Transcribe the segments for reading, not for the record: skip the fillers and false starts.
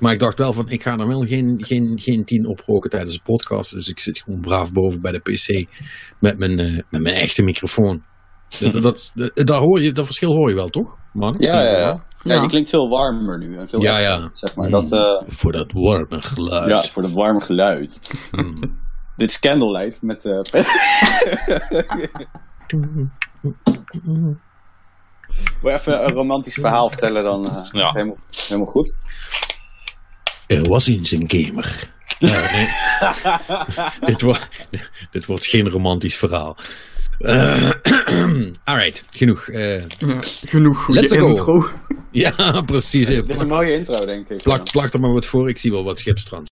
Maar ik dacht wel van, ik ga er wel geen 10 oproken tijdens de podcast. Dus ik zit gewoon braaf boven bij de PC met mijn echte microfoon. Dat verschil hoor je wel, toch? Man, Ja, je klinkt veel warmer nu. En veel echter, zeg maar. Voor dat warme geluid. Ja, voor dat warme geluid. Dit is Candlelight met... Wil je even een romantisch verhaal vertellen, dan is het helemaal goed. Er was eens een gamer. Nee. Dit wordt geen romantisch verhaal. Alright, genoeg. Genoeg goede intro. Ja, precies. Dit is een mooie intro, denk ik. Plak er maar wat voor, ik zie wel wat schipstrand.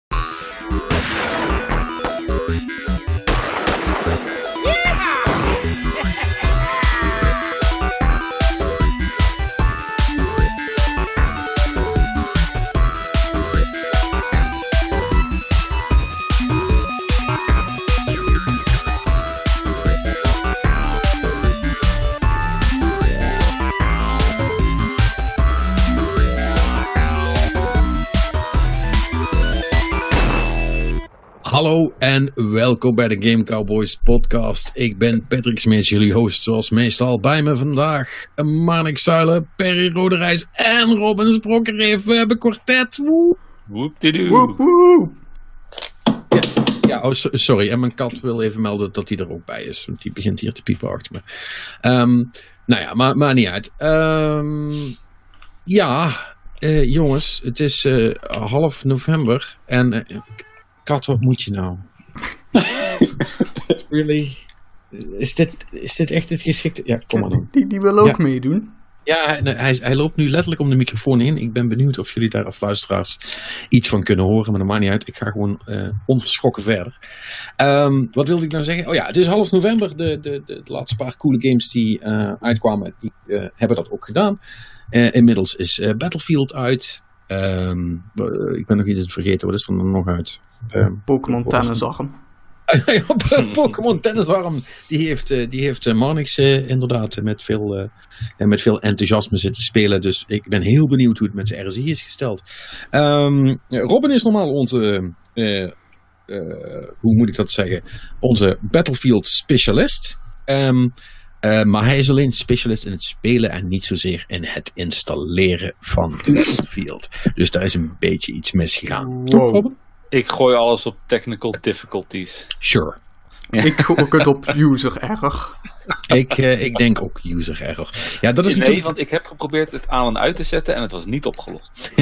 Hallo en welkom bij de Game Cowboys podcast. Ik ben Patrick Smeets, jullie host zoals meestal. Bij me vandaag Marnik Zuilen, Perry Roderijs en Robin Sprokkereef. We hebben kwartet. Woep. Ja, sorry. En mijn kat wil even melden dat hij er ook bij is. Want die begint hier te piepen achter me. Nou ja, maar niet uit. Jongens, het is half november en... Kat, wat moet je nou? Really? Is dit echt het geschikte? Ja, kom maar dan. Die wil ook meedoen. Ja, hij loopt nu letterlijk om de microfoon heen. Ik ben benieuwd of jullie daar als luisteraars iets van kunnen horen. Maar dat maakt niet uit. Ik ga gewoon onverschrokken verder. Wat wilde ik nou zeggen? Oh ja, het is half november. De laatste paar coole games die uitkwamen, die hebben dat ook gedaan. Inmiddels is Battlefield uit. Ik ben nog iets vergeten. Wat is er nog uit? Pokémon Tennisarm. Pokémon Tennisarm. Die heeft Marnix inderdaad met veel enthousiasme zitten spelen. Dus ik ben heel benieuwd hoe het met zijn RSI is gesteld. Robin is normaal onze... hoe moet ik dat zeggen? Onze Battlefield specialist. Maar hij is alleen specialist in het spelen en niet zozeer in het installeren van Battlefield. Dus daar is een beetje iets misgegaan. Toch, Robin? Ik gooi alles op technical difficulties. Sure. Ja. Ik gooi het op user error. Ik denk ook user error. Ja, dat is natuurlijk... want ik heb geprobeerd het aan en uit te zetten en het was niet opgelost.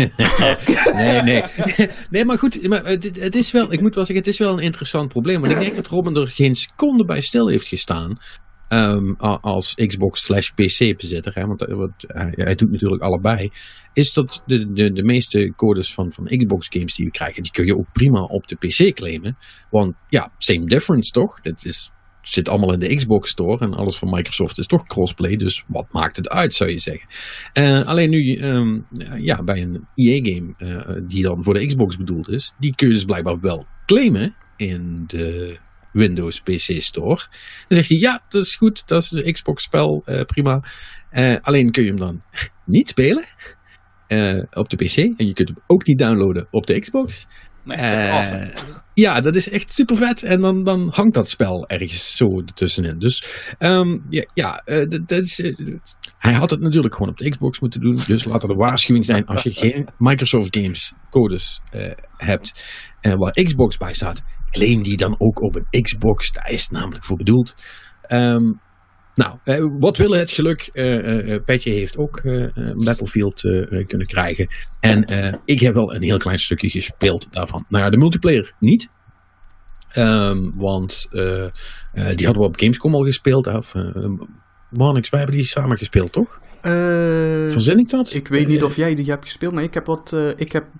Nee, maar goed, maar het is wel, ik moet wel zeggen, het is wel een interessant probleem. Want ik denk dat Robin er geen seconde bij stil heeft gestaan. Als Xbox/PC bezitter, hè, want hij doet natuurlijk allebei, is dat de meeste codes van Xbox games die we krijgen, die kun je ook prima op de PC claimen. Want ja, same difference toch? Zit allemaal in de Xbox Store en alles van Microsoft is toch crossplay, dus wat maakt het uit, zou je zeggen. Alleen nu, bij een EA-game die dan voor de Xbox bedoeld is, die kun je dus blijkbaar wel claimen in de Windows PC Store. Dan zegt hij, ja, dat is goed, dat is een Xbox spel, prima. Alleen kun je hem dan niet spelen op de PC en je kunt hem ook niet downloaden op de Xbox. Nee, ja, dat is echt super vet. En dan hangt dat spel ergens zo ertussenin. Dus dat is, hij had het natuurlijk gewoon op de Xbox moeten doen. Dus laat er de waarschuwing zijn als je geen Microsoft Games codes hebt waar Xbox bij staat. Claim die dan ook op een Xbox. Daar is het namelijk voor bedoeld. Wat willen het geluk? Petje heeft ook Battlefield kunnen krijgen. En ik heb wel een heel klein stukje gespeeld daarvan. Nou ja, de multiplayer niet. Want die hadden we op Gamescom al gespeeld. Marnix, wij hebben die samen gespeeld, toch? Verzin ik dat? Ik weet niet of jij die hebt gespeeld. Nee, ik heb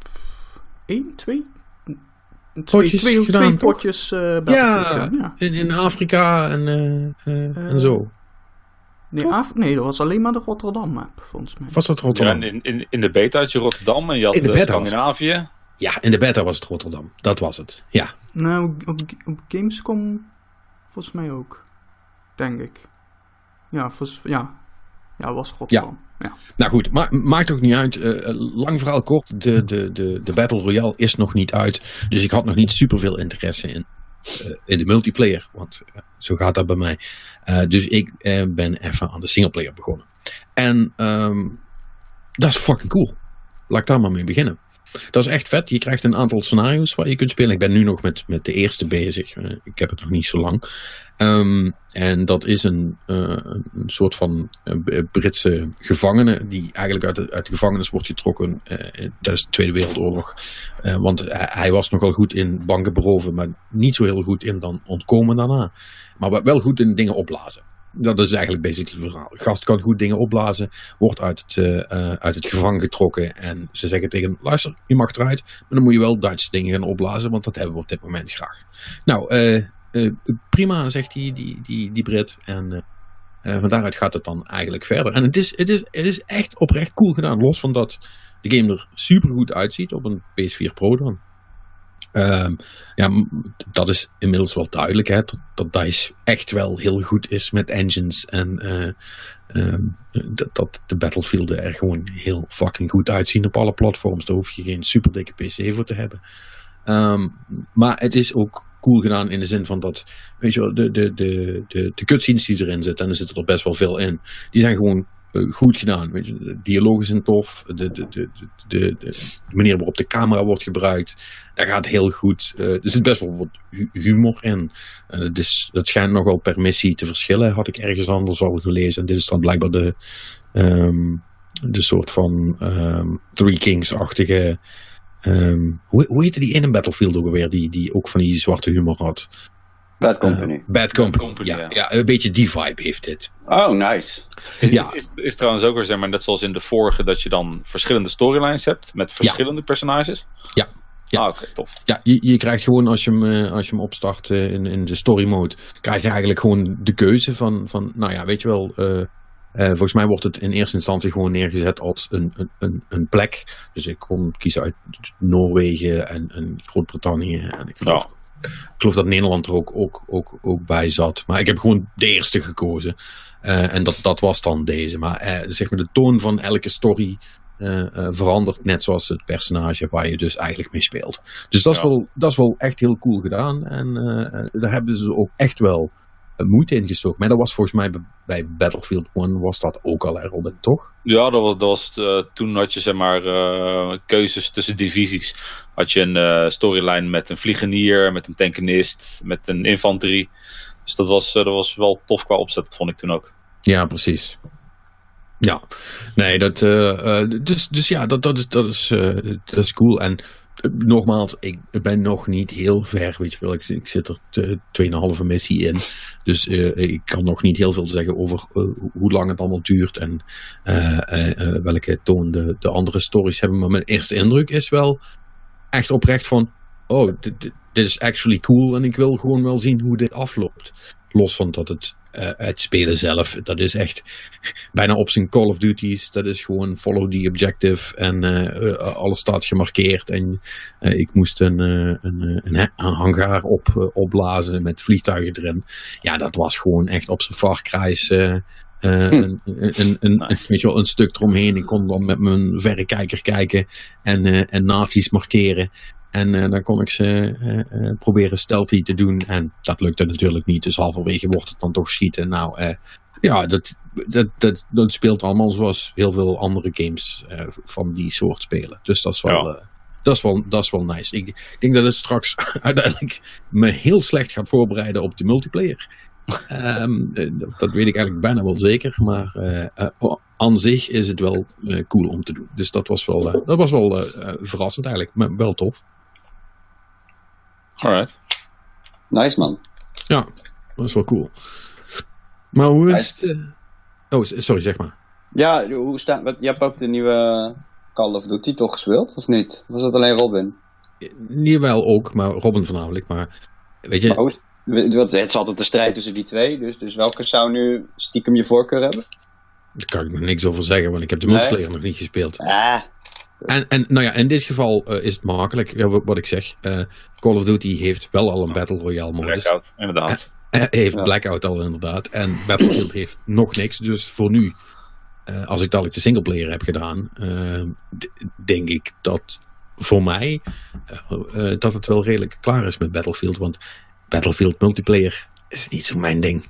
2 potjes Battlefield. Ja. In Afrika en zo. Nee, dat was alleen maar de Rotterdam map, volgens mij. Was dat Rotterdam? Ja, in de beta had je Rotterdam en je had Scandinavië. Ja, in de beta was het Rotterdam. Dat was het, ja. Nou, op Gamescom volgens mij ook. Denk ik. Ja, was Rotterdam. Ja. Nou goed, maakt ook niet uit. Lang verhaal kort, de Battle Royale is nog niet uit. Dus ik had nog niet superveel interesse in de multiplayer. Want zo gaat dat bij mij. Dus ik ben even aan de singleplayer begonnen. En dat is fucking cool. Laat ik daar maar mee beginnen. Dat is echt vet. Je krijgt een aantal scenario's waar je kunt spelen. Ik ben nu nog met de eerste bezig. Ik heb het nog niet zo lang. En dat is een soort van Britse gevangene die eigenlijk uit de gevangenis wordt getrokken tijdens de Tweede Wereldoorlog. Want hij was nogal goed in banken beroven, maar niet zo heel goed in dan ontkomen daarna. Maar wel goed in dingen opblazen. Dat is eigenlijk basically het verhaal. De gast kan goed dingen opblazen, wordt uit het gevangen getrokken en ze zeggen tegen hem, luister, je mag eruit, maar dan moet je wel Duitse dingen gaan opblazen, want dat hebben we op dit moment graag. Nou, prima, zegt die Brit en van daaruit gaat het dan eigenlijk verder. En het is echt oprecht cool gedaan, los van dat de game er super goed uitziet op een PS4 Pro dan. Dat is inmiddels wel duidelijk, hè, dat DICE echt wel heel goed is met engines en dat de Battlefielden er gewoon heel fucking goed uitzien op alle platforms. Daar hoef je geen super dikke PC voor te hebben. Maar het is ook cool gedaan in de zin van dat, weet je wel, de cutscenes die erin zitten, en er zitten er best wel veel in, die zijn gewoon goed gedaan. Weet je. De dialogen zijn tof. De manier waarop de camera wordt gebruikt, dat gaat heel goed. Er zit best wel wat humor in. Dus dat schijnt nog wel per missie te verschillen, had ik ergens anders al gelezen. En dit is dan blijkbaar de soort van Three Kings-achtige. Hoe heette die in een Battlefield ook alweer, die ook van die zwarte humor had? Bad Company. Bad Company, ja, een beetje die vibe heeft dit. Oh, nice. Is trouwens ook weer, zeg maar, net zoals in de vorige, dat je dan verschillende storylines hebt met verschillende personages? Ja. Ah, oké, tof. Ja, je krijgt gewoon, als je hem opstart in de story mode, krijg je eigenlijk gewoon de keuze van nou ja, weet je wel, volgens mij wordt het in eerste instantie gewoon neergezet als een plek. Dus ik kon kiezen uit Noorwegen en Groot-Brittannië en ik geloof dat Nederland er ook bij zat. Maar ik heb gewoon de eerste gekozen. En dat was dan deze. Maar zeg maar de toon van elke story verandert net zoals het personage waar je dus eigenlijk mee speelt. Dus dat is wel echt heel cool gedaan. En daar hebben ze ook echt wel moeite in gestoken. Maar dat was volgens mij bij Battlefield 1 was dat ook al Robin, toch? Ja, dat was toen had je, zeg maar, keuzes tussen divisies. Had je een storyline met een vliegenier, met een tankenist, met een infanterie. Dus dat was wel tof qua opzet, vond ik toen ook. Ja, precies. Ja, nee, dat is cool. En nogmaals, ik ben nog niet heel ver, weet je wel. Ik zit er 2,5 missie in. Dus ik kan nog niet heel veel zeggen over hoe lang het allemaal duurt en welke toon de andere stories hebben. Maar mijn eerste indruk is wel echt oprecht van, oh, dit is actually cool en ik wil gewoon wel zien hoe dit afloopt. Los van dat het spelen zelf, dat is echt bijna op zijn Call of Duty's. Dat is gewoon follow the objective en alles staat gemarkeerd. En ik moest een hangaar opblazen met vliegtuigen erin. Ja, dat was gewoon echt op zijn Far Cry's weet je wel, een stuk eromheen. Ik kon dan met mijn verrekijker kijken en nazi's markeren. En dan kon ik ze proberen stealthy te doen. En dat lukte natuurlijk niet. Dus halverwege wordt het dan toch schieten. Nou, dat speelt allemaal zoals heel veel andere games van die soort spelen. Dus dat is wel, dat is wel nice. Ik denk dat het straks uiteindelijk me heel slecht gaat voorbereiden op de multiplayer. Dat weet ik eigenlijk bijna wel zeker. Maar aan zich is het wel cool om te doen. Dus dat was wel verrassend eigenlijk. Maar wel tof. Alright. Nice, man. Ja, dat is wel cool. Maar hoe is het... Oh, sorry, zeg maar. Ja, je hebt ook de nieuwe Call of Duty toch gespeeld, of niet? Of was dat alleen Robin? Jawel ook, maar Robin voornamelijk. Maar weet je... Maar het is altijd een strijd tussen die twee, dus welke zou nu stiekem je voorkeur hebben? Daar kan ik nog niks over zeggen, want ik heb de multiplayer nog niet gespeeld. En nou ja, in dit geval is het makkelijk, wat ik zeg. Call of Duty heeft wel al een Battle Royale modus. Blackout, inderdaad. Heeft Blackout al inderdaad. En Battlefield heeft nog niks. Dus voor nu als ik dadelijk de singleplayer heb gedaan, denk ik dat voor mij dat het wel redelijk klaar is met Battlefield. Want Battlefield multiplayer is niet zo mijn ding.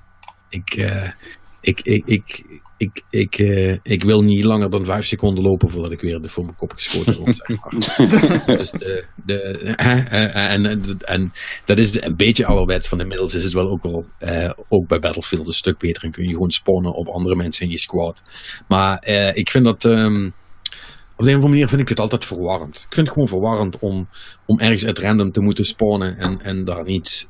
Ik wil niet langer dan 5 seconden lopen voordat ik weer voor mijn kop geschoten word. Zeg maar. Dus en dat is een beetje ouderwets. Van inmiddels is het wel ook bij Battlefield een stuk beter. En kun je gewoon spawnen op andere mensen in je squad. Maar ik vind dat... op de een of andere manier vind ik het altijd verwarrend. Ik vind het gewoon verwarrend om ergens uit random te moeten spawnen en daar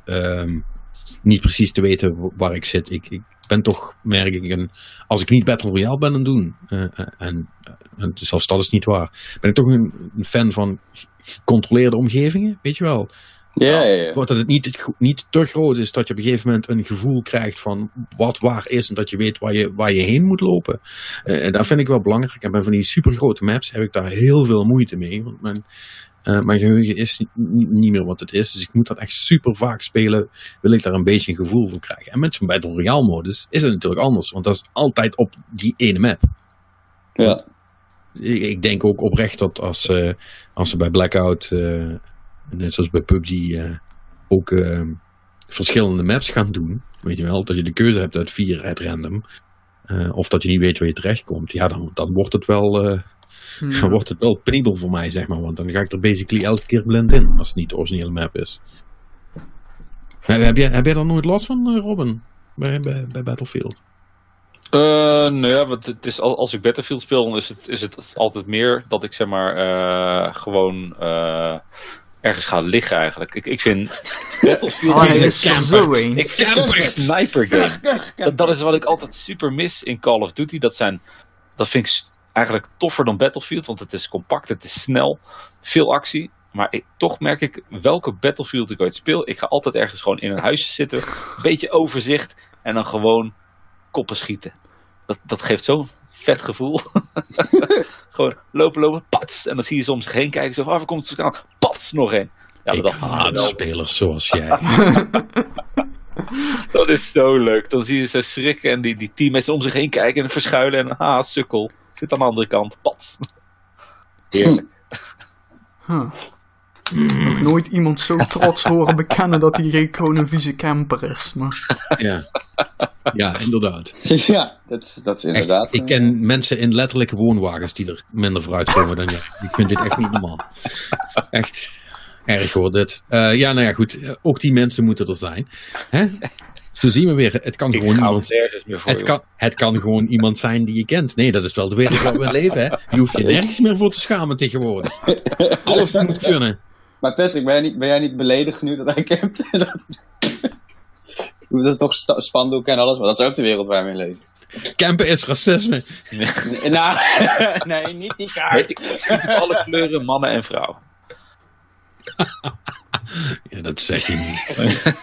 niet precies te weten waar ik zit. Ik ben toch, merk ik, als ik niet Battle Royale ben aan het doen, en zelfs dat is niet waar, ben ik toch een fan van gecontroleerde omgevingen, weet je wel. Ja. Dat het niet te groot is, dat je op een gegeven moment een gevoel krijgt van wat waar is en dat je weet waar je heen moet lopen. Dat vind ik wel belangrijk. En bij van die supergrote maps heb ik daar heel veel moeite mee. Want mijn geheugen is niet meer wat het is. Dus ik moet dat echt super vaak spelen. Wil ik daar een beetje een gevoel voor krijgen. En met zo'n Battle Royale modus is het natuurlijk anders. Want dat is altijd op die ene map. Ja. Ik denk ook oprecht dat als ze bij Blackout, net zoals bij PUBG, ook verschillende maps gaan doen. Weet je wel, dat je de keuze hebt uit 4 uit random. Of dat je niet weet waar je terechtkomt. Ja, dan wordt het wel... Dan wordt het wel penibel voor mij, zeg maar. Want dan ga ik er basically elke keer blend in. Als het niet de originele map is. Heb jij daar nooit last van, Robin? Bij Battlefield? Nou ja, want het is, als ik Battlefield speel, dan is het altijd meer dat ik zeg maar gewoon ergens ga liggen eigenlijk. Ik vind Battlefield Ik vind een sniper game. Dat is wat ik altijd super mis in Call of Duty. Dat vind ik eigenlijk toffer dan Battlefield, want het is compact, het is snel, veel actie. Maar toch merk ik welke Battlefield ik ooit speel. Ik ga altijd ergens gewoon in een huisje zitten, een beetje overzicht en dan gewoon koppen schieten. Dat geeft zo'n vet gevoel. Gewoon lopen, pats. En dan zie je ze om zich heen kijken, zo waar komt het aan? Pats, nog één. Ja, ik haat spelers zoals jij. Dat is zo leuk. Dan zie je ze schrikken en die teammates om zich heen kijken en verschuilen en sukkel. Zit aan de andere kant. Pats. Heerlijk. Nog nooit iemand zo trots horen bekennen dat hij gewoon een vieze camper is. Maar... Ja, inderdaad. Ja, dat is inderdaad. Echt, ik ken mensen in letterlijke woonwagens die er minder vooruit komen dan jij. Ik vind dit echt niet normaal. Echt erg hoor dit. Ja, nou ja, goed. Ook die mensen moeten er zijn. Hè? Zo zien we weer. Het kan gewoon iemand. Het kan gewoon iemand zijn die je kent. Nee, dat is wel de wereld waar we leven. Hè? Je hoeft je nergens meer voor te schamen tegenwoordig. Alles moet kunnen. Maar Patrick, ben jij niet beledigd nu dat hij campt? Je moet het toch spandoeken en alles, maar dat is ook de wereld waar we in leven. Campen is racisme. Nee, niet die kaart. Ik zie alle kleuren, mannen en vrouwen. Ja, dat zeg je niet.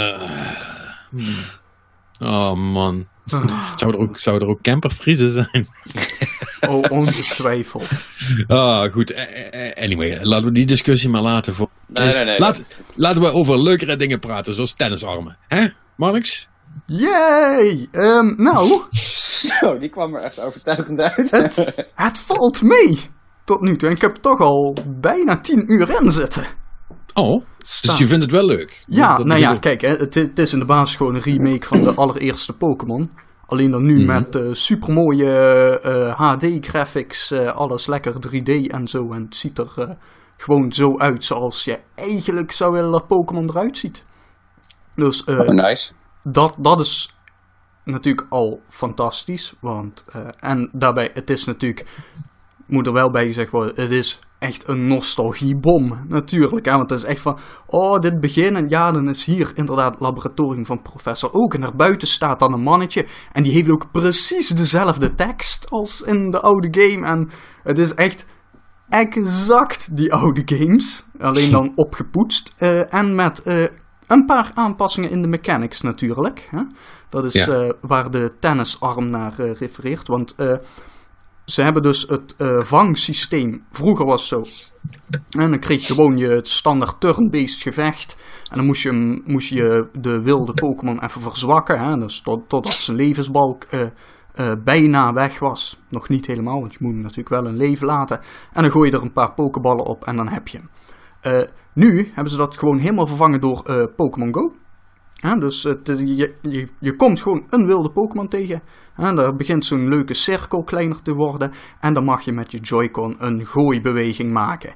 Oh man. Zou er ook campervriezen zijn? Oh, ongetwijfeld. Goed. Anyway, laten we die discussie maar laten voor... Nee. Laten we over leukere dingen praten, zoals tennisarmen. Hè, Marx? Yay! Nou... Zo, die kwam er echt overtuigend uit. Het valt mee tot nu toe. En ik heb toch al bijna 10 uur in zitten. Oh, dus je vindt het wel leuk? Ja, kijk, het is in de basis gewoon een remake van de allereerste Pokémon. Alleen dan nu met supermooie HD-graphics, alles lekker 3D en zo. En het ziet er gewoon zo uit zoals je eigenlijk zou willen dat Pokémon eruit ziet. Dus nice. Dat is natuurlijk al fantastisch. Want, en daarbij, het is natuurlijk, moet er wel bij gezegd worden, het is echt een nostalgiebom natuurlijk. Hè? Want het is echt van, dit begin en ja, dan is hier inderdaad het laboratorium van professor Oak. En daarbuiten staat dan een mannetje. En die heeft ook precies dezelfde tekst als in de oude game. En het is echt exact die oude games. Alleen dan opgepoetst. En met een paar aanpassingen in de mechanics natuurlijk. Hè? Dat is waar de tennisarm naar refereert. Want... ze hebben dus het vangsysteem. Vroeger was het zo. En dan kreeg je gewoon je het standaard turn-based gevecht. En dan moest je de wilde Pokémon even verzwakken. Hè? Dus totdat zijn levensbalk bijna weg was. Nog niet helemaal, want je moet hem natuurlijk wel een leven laten. En dan gooi je er een paar pokeballen op en dan heb je hem. Nu hebben ze dat gewoon helemaal vervangen door Pokémon Go. Dus je komt gewoon een wilde Pokémon tegen. Daar begint zo'n leuke cirkel kleiner te worden. En dan mag je met je Joy-Con een gooibeweging maken.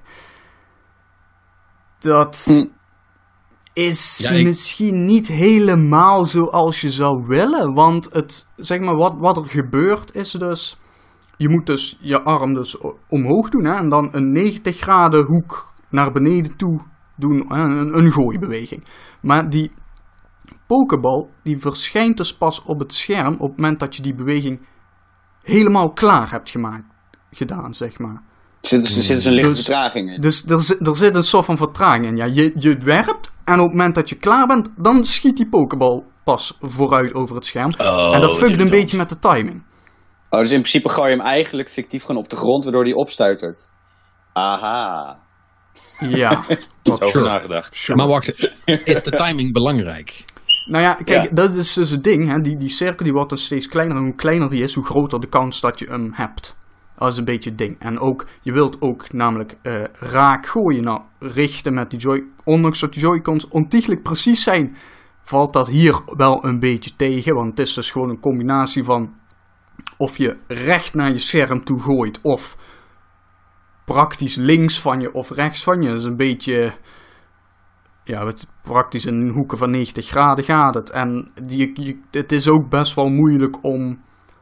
Dat is misschien niet helemaal zoals je zou willen. Want wat er gebeurt is dus... Je moet dus je arm dus omhoog doen. En dan een 90 graden hoek naar beneden toe doen. Een gooibeweging. Maar die Pokéball die verschijnt dus pas op het scherm op het moment dat je die beweging helemaal klaar hebt gedaan, zeg maar. Er zit dus een lichte vertraging in. Dus er zit een soort van vertraging in. Ja, je werpt en op het moment dat je klaar bent, dan schiet die Pokéball pas vooruit over het scherm. En dat fuckt een beetje met de timing. Dus in principe gooi je hem eigenlijk fictief gewoon op de grond, waardoor hij opstuitert. Aha. Ja. Over nagedacht. Sure. Maar wacht, is de timing belangrijk? Nou ja, kijk, dat is dus het ding. Hè? Die cirkel die wordt dan steeds kleiner. En hoe kleiner die is, hoe groter de kans dat je hem hebt. Dat is een beetje het ding. En ook, je wilt ook namelijk raak gooien. Nou, richten met die ondanks dat die Joy-Cons ontiegelijk precies zijn, valt dat hier wel een beetje tegen. Want het is dus gewoon een combinatie van of je recht naar je scherm toe gooit, of praktisch links van je of rechts van je. Dat is een beetje... Ja, praktisch in hoeken van 90 graden gaat het. En het is ook best wel moeilijk om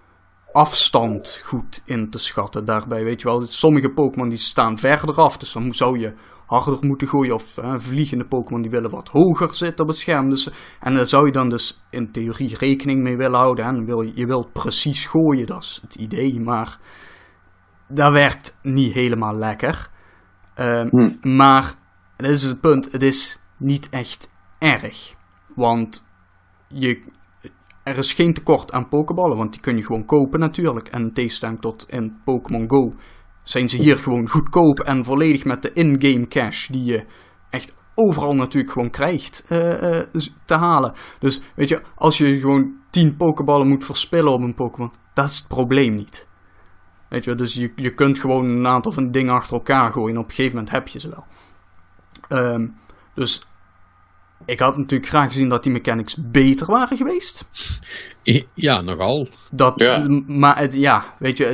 afstand goed in te schatten daarbij. Weet je wel, sommige Pokémon die staan verder af. Dus dan zou je harder moeten gooien. Of vliegende Pokémon die willen wat hoger zitten op het scherm. Dus, en daar zou je dan dus in theorie rekening mee willen houden. En je wilt precies gooien, dat is het idee. Maar dat werkt niet helemaal lekker. Maar dat is het punt. Het is niet echt erg. Want er is geen tekort aan pokeballen. Want die kun je gewoon kopen natuurlijk. En in tegenstelling tot in Pokémon Go zijn ze hier gewoon goedkoop. En volledig met de in-game cash die je echt overal natuurlijk gewoon krijgt te halen. Dus weet je, als je gewoon 10 pokeballen moet verspillen op een Pokémon, dat is het probleem niet. Weet je, dus je kunt gewoon een aantal van dingen achter elkaar gooien. En op een gegeven moment heb je ze wel. Dus ik had natuurlijk graag gezien dat die mechanics beter waren geweest. Ja, nogal. Maar weet je,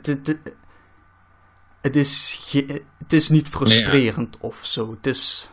het is niet frustrerend of zo. Het is...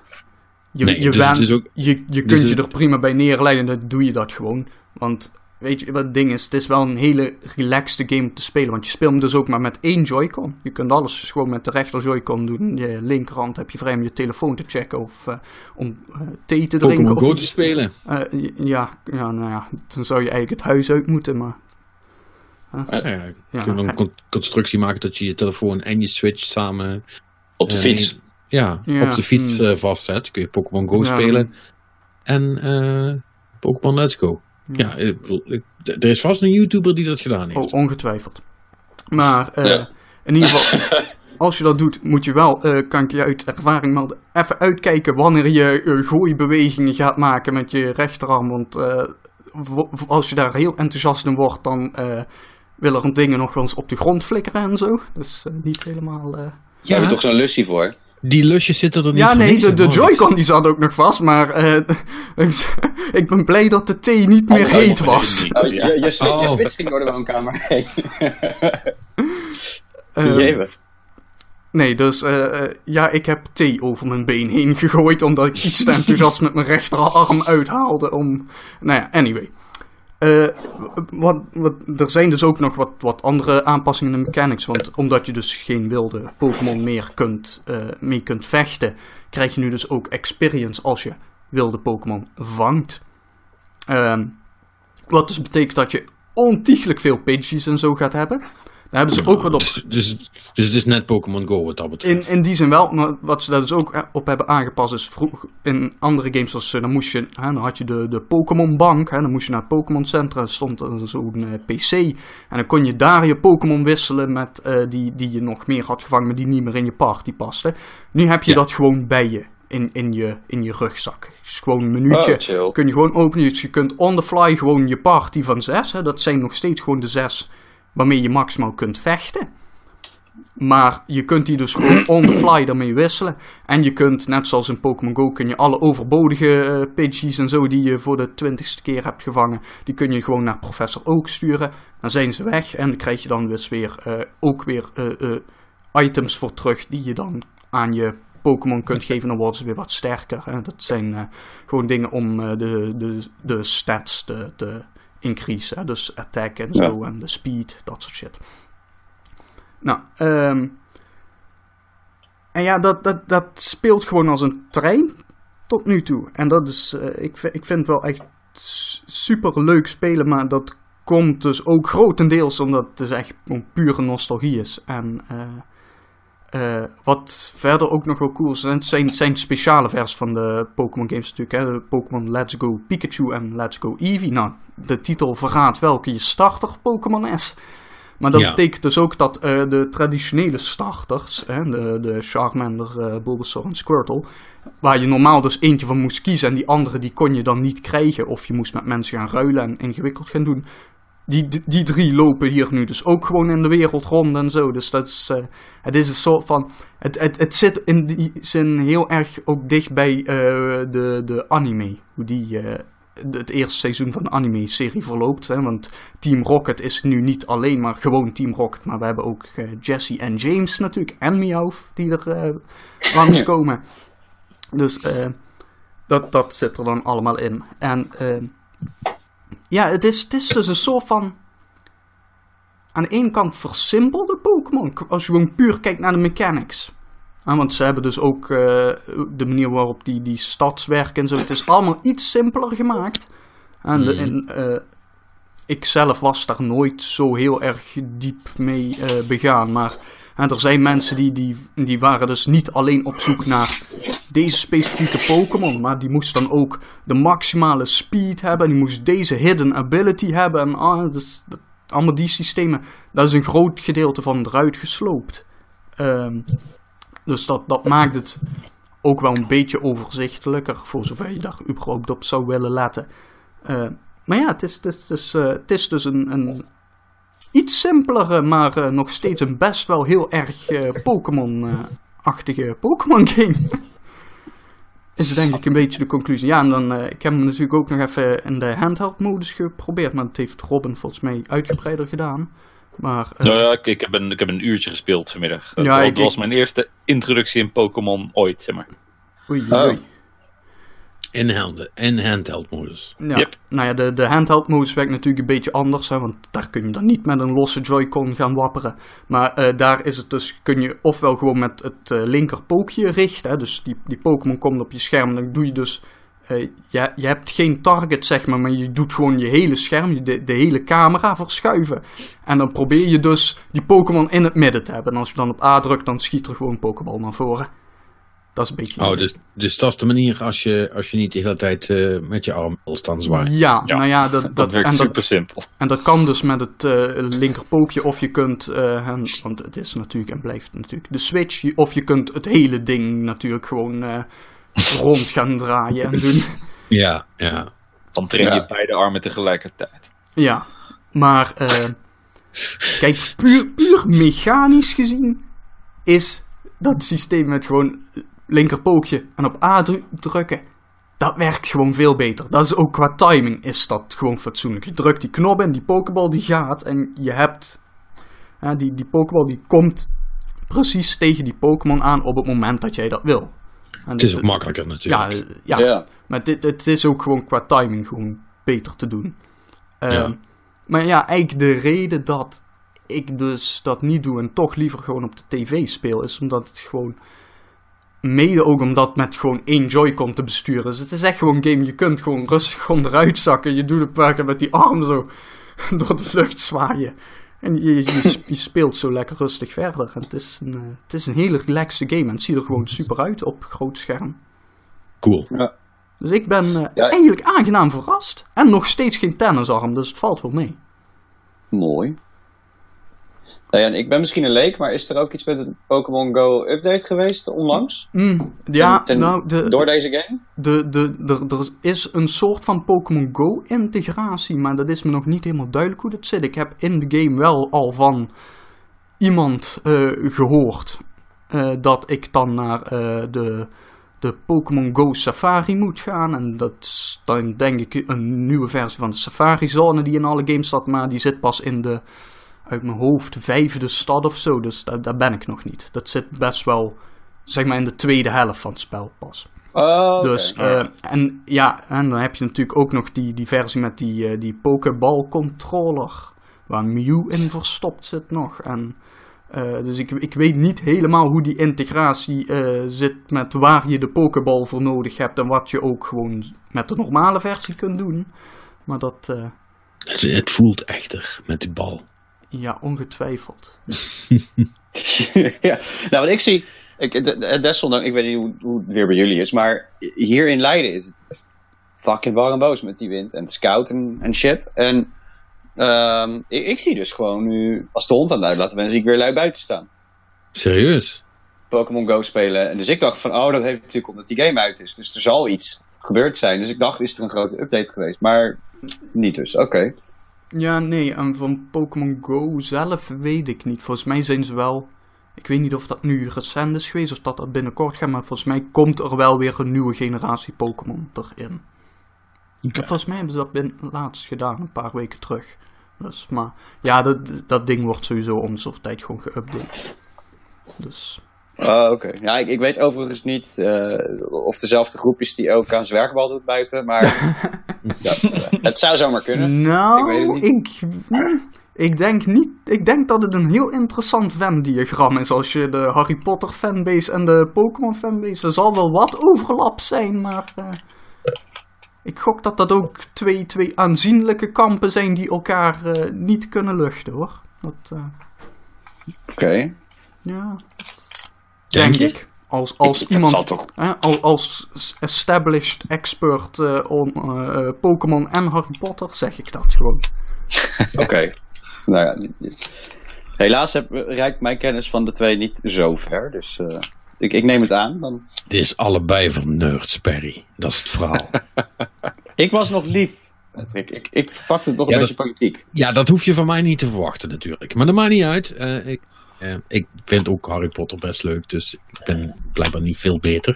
Je kunt je er prima bij neerleggen en dan doe je dat gewoon. Want weet je wat het ding is? Het is wel een hele relaxed game om te spelen. Want je speelt hem dus ook maar met 1 Joy-Con. Je kunt alles gewoon met de rechter Joy-Con doen. Je linkerhand heb je vrij om je telefoon te checken of om thee te drinken. Pokémon Go te spelen. Nou ja, dan zou je eigenlijk het huis uit moeten, maar... Je kunt een constructie maken dat je je telefoon en je Switch samen... Op de fiets. Op de fiets vastzet. Kun je Pokémon Go spelen. En Pokémon Let's Go. Ja, er is vast een YouTuber die dat gedaan heeft. Oh, ongetwijfeld. Maar in ieder geval, als je dat doet, moet je wel, kan ik je uit ervaring melden, even uitkijken wanneer je gooibewegingen gaat maken met je rechterarm. Want als je daar heel enthousiast in wordt, dan willen er dingen nog wel eens op de grond flikkeren en zo. Dus niet helemaal... Daar heb je toch zo'n lusje voor? Die lusjes zitten er niet Ja, nee, de Joy-Con die zat ook nog vast, maar ik ben blij dat de thee niet meer heet was. Je Switch ging door de woonkamer heen. Nee, dus ik heb thee over mijn been heen gegooid, omdat ik iets te enthousiast met mijn rechterarm uithaalde om... Nou ja, anyway. Er zijn dus ook nog wat andere aanpassingen in de mechanics. Want omdat je dus geen wilde Pokémon meer mee kunt vechten, krijg je nu dus ook experience als je wilde Pokémon vangt. Wat dus betekent dat je ontiegelijk veel Pidgeys en zo gaat hebben. Daar hebben ze ook wat op... Dus het is net Pokémon Go wat dat betreft. In die zin wel, maar wat ze daar dus ook op hebben aangepast is... in andere games, dan had je de Pokémon Bank. Dan moest je naar het Pokémon Centrum, stond er zo'n PC. En dan kon je daar je Pokémon wisselen met die je nog meer had gevangen... maar die niet meer in je party paste. Nu heb je dat gewoon bij je. in je rugzak. Dus gewoon een minuutje chill. kun je gewoon openen. Dus je kunt on the fly gewoon je party van 6. Hè, dat zijn nog steeds gewoon de 6 waarmee je maximaal kunt vechten. Maar je kunt die dus gewoon on the fly daarmee wisselen. En je kunt, net zoals in Pokémon Go, kun je alle overbodige Pidgeys en zo die je voor de 20ste keer hebt gevangen, die kun je gewoon naar Professor Oak sturen. Dan zijn ze weg en dan krijg je dan dus weer items voor terug die je dan aan je Pokémon kunt geven. Dan worden ze weer wat sterker. Hè. Dat zijn gewoon dingen om de stats te increase. Hè. Dus attack en zo en de speed, dat soort shit. Nou, en ja, dat speelt gewoon als een trein tot nu toe. En dat is, ik vind het wel echt super leuk spelen, maar dat komt dus ook grotendeels omdat het dus echt gewoon pure nostalgie is. En wat verder ook nog wel cool is, zijn speciale versies van de Pokémon games natuurlijk. Hè? De Pokémon Let's Go Pikachu en Let's Go Eevee. Nou, de titel verraadt welke je starter Pokémon is. Maar dat betekent dus ook dat de traditionele starters, de Charmander, Bulbasaur en Squirtle, waar je normaal dus eentje van moest kiezen en die andere die kon je dan niet krijgen, of je moest met mensen gaan ruilen en ingewikkeld gaan doen. Die 3 lopen hier nu dus ook gewoon in de wereld rond en zo. Dus dat is, het is een soort van, het zit in die zin heel erg ook dicht bij de anime, hoe die het eerste seizoen van de anime-serie verloopt. Hè? Want Team Rocket is nu niet alleen maar gewoon Team Rocket, maar we hebben ook Jessie en James natuurlijk, en Meowth die er langskomen. Dus dat zit er dan allemaal in. En ja, het is dus een soort van, aan de ene kant versimpelde Pokémon, als je gewoon puur kijkt naar de mechanics. Want ze hebben dus ook de manier waarop die stads werken en zo. Het is allemaal iets simpeler gemaakt. En ik zelf was daar nooit zo heel erg diep mee begaan. Maar er zijn mensen die waren dus niet alleen op zoek naar deze specifieke Pokémon. Maar die moesten dan ook de maximale speed hebben. Die moesten deze hidden ability hebben. En dus, allemaal die systemen. Daar is een groot gedeelte van eruit gesloopt. Dus dat maakt het ook wel een beetje overzichtelijker, voor zover je daar überhaupt op zou willen letten. Maar ja, het is dus een iets simpelere, maar nog steeds een best wel heel erg Pokémon-achtige Pokémon game. Is denk ik een beetje de conclusie. Ja, en dan, ik heb hem natuurlijk ook nog even in de handheld modus geprobeerd, maar dat heeft Robin volgens mij uitgebreider gedaan. Maar, ik heb een uurtje gespeeld vanmiddag. Dat was mijn eerste introductie in Pokémon ooit, zeg maar. Oei. In handheld modus. Ja, yep. Nou ja, de handheld modus werkt natuurlijk een beetje anders, hè, want daar kun je dan niet met een losse Joy-Con gaan wapperen. Maar daar is het dus, kun je ofwel gewoon met het linkerpookje richten, hè, dus die Pokémon komt op je scherm, dan doe je dus, je hebt geen target zeg maar je doet gewoon je hele scherm, de hele camera verschuiven. En dan probeer je dus die Pokémon in het midden te hebben. En als je dan op A drukt, dan schiet er gewoon een Pokéball naar voren. Dat is een beetje... Dus dat is de manier als je niet de hele tijd met je arm wil staan zwaaien. Ja, nou ja, dat werkt super simpel. En dat kan dus met het linkerpookje, of je kunt, want het is natuurlijk en blijft natuurlijk de Switch, of je kunt het hele ding natuurlijk gewoon rond gaan draaien en doen. Ja. Dan train je beide armen tegelijkertijd. Ja, maar kijk, puur mechanisch gezien is dat systeem met gewoon linkerpookje en op A drukken, dat werkt gewoon veel beter. Dat is ook qua timing is dat gewoon fatsoenlijk. Je drukt die knop in, die Pokéball die gaat en je hebt die Pokéball die komt precies tegen die Pokémon aan op het moment dat jij dat wil. En het is ook makkelijker natuurlijk. Ja. Maar het is ook gewoon qua timing gewoon beter te doen. Maar ja, eigenlijk de reden dat ik dus dat niet doe en toch liever gewoon op de tv speel, is omdat het gewoon, mede ook omdat met gewoon 1 Joy-Con te besturen is. Het is echt gewoon een game, je kunt gewoon rustig gewoon eruit zakken. Je doet een paar keer met die arm zo door de lucht zwaaien. En je speelt zo lekker rustig verder. En het is een hele relaxte game. En het ziet er gewoon super uit op groot scherm. Cool. Ja. Dus ik ben eigenlijk aangenaam verrast. En nog steeds geen tennisarm, dus het valt wel mee. Mooi. Nou ja, ik ben misschien een leek, maar is er ook iets met een Pokémon Go update geweest onlangs? Door deze game? Er is een soort van Pokémon Go integratie, maar dat is me nog niet helemaal duidelijk hoe dat zit. Ik heb in de game wel al van iemand gehoord dat ik dan naar de Pokémon Go Safari moet gaan. En dat is dan denk ik een nieuwe versie van de Safari Zone die in alle games zat, maar die zit pas in de, uit mijn hoofd, 5e stad of zo. Dus daar ben ik nog niet. Dat zit best wel, zeg maar, in de tweede helft van het spel pas. Oh, okay. Dus, en dan heb je natuurlijk ook nog die versie met die Pokéball controller, waar Mew in verstopt zit nog. En dus ik weet niet helemaal hoe die integratie zit met waar je de Pokéball voor nodig hebt en wat je ook gewoon met de normale versie kunt doen. Maar dat... Het voelt echter met die bal. Ja, ongetwijfeld. Ja, nou wat ik zie, desondanks, ik weet niet hoe het weer bij jullie is, maar hier in Leiden is het fucking warm en boos met die wind en scout en shit. En ik zie dus gewoon nu, als de hond aan het uitlaten ben, zie ik weer lui buiten staan. Serieus? Pokémon Go spelen. En dus ik dacht van, dat heeft natuurlijk omdat die game uit is. Dus er zal iets gebeurd zijn. Dus ik dacht, is er een grote update geweest? Maar niet dus, oké. Ja, nee, en van Pokémon Go zelf weet ik niet. Volgens mij zijn ze wel... Ik weet niet of dat nu recent is geweest of dat binnenkort gaat, maar volgens mij komt er wel weer een nieuwe generatie Pokémon erin. Okay. Volgens mij hebben ze dat laatst gedaan, een paar weken terug. Dus, maar ja, dat ding wordt sowieso om zoveel tijd gewoon geüpdate. Dus... Oké. Ja, ik weet overigens niet of dezelfde groep is die ook aan zijn werkbal doet buiten, maar ja, het zou zomaar kunnen. Nou, ik weet het niet. Ik denk niet. Ik denk dat het een heel interessant Venn-diagram is. Als je de Harry Potter fanbase en de Pokémon fanbase. Er zal wel wat overlap zijn, maar ik gok dat dat ook twee aanzienlijke kampen zijn die elkaar niet kunnen luchten, hoor. Oké. Ja. Denk ik. Als iemand, als established expert on Pokémon en Harry Potter, zeg ik dat gewoon. Oké. Nou ja, helaas reikt mijn kennis van de twee niet zo ver, dus ik neem het aan. Dan... Dit is allebei van nerds, Perry. Dat is het verhaal. Ik was nog lief, Patrick. Ik verpakte het nog een beetje politiek. Ja, dat hoef je van mij niet te verwachten natuurlijk. Maar dat maakt niet uit. Ik vind ook Harry Potter best leuk, dus ik ben blijkbaar niet veel beter.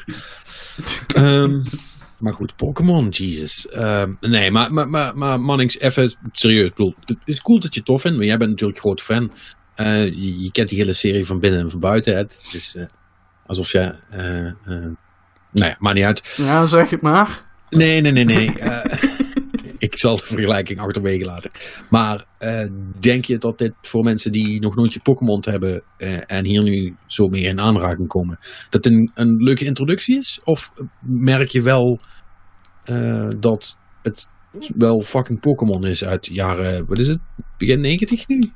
Maar goed, Pokémon, Jesus. Nee, maar Mannings, even serieus. Ik bedoel, het is cool dat je het tof vindt, maar jij bent natuurlijk groot fan. Je kent die hele serie van binnen en van buiten. Het is alsof je... nou ja, maakt niet uit. Ja, zeg het maar. Nee. Ik zal de vergelijking achterwege laten. Maar denk je dat dit voor mensen die nog nooit Pokémon hebben en hier nu zo mee in aanraking komen, dat een leuke introductie is? Of merk je wel dat het wel fucking Pokémon is uit jaren, wat is het? Begin 90 nu?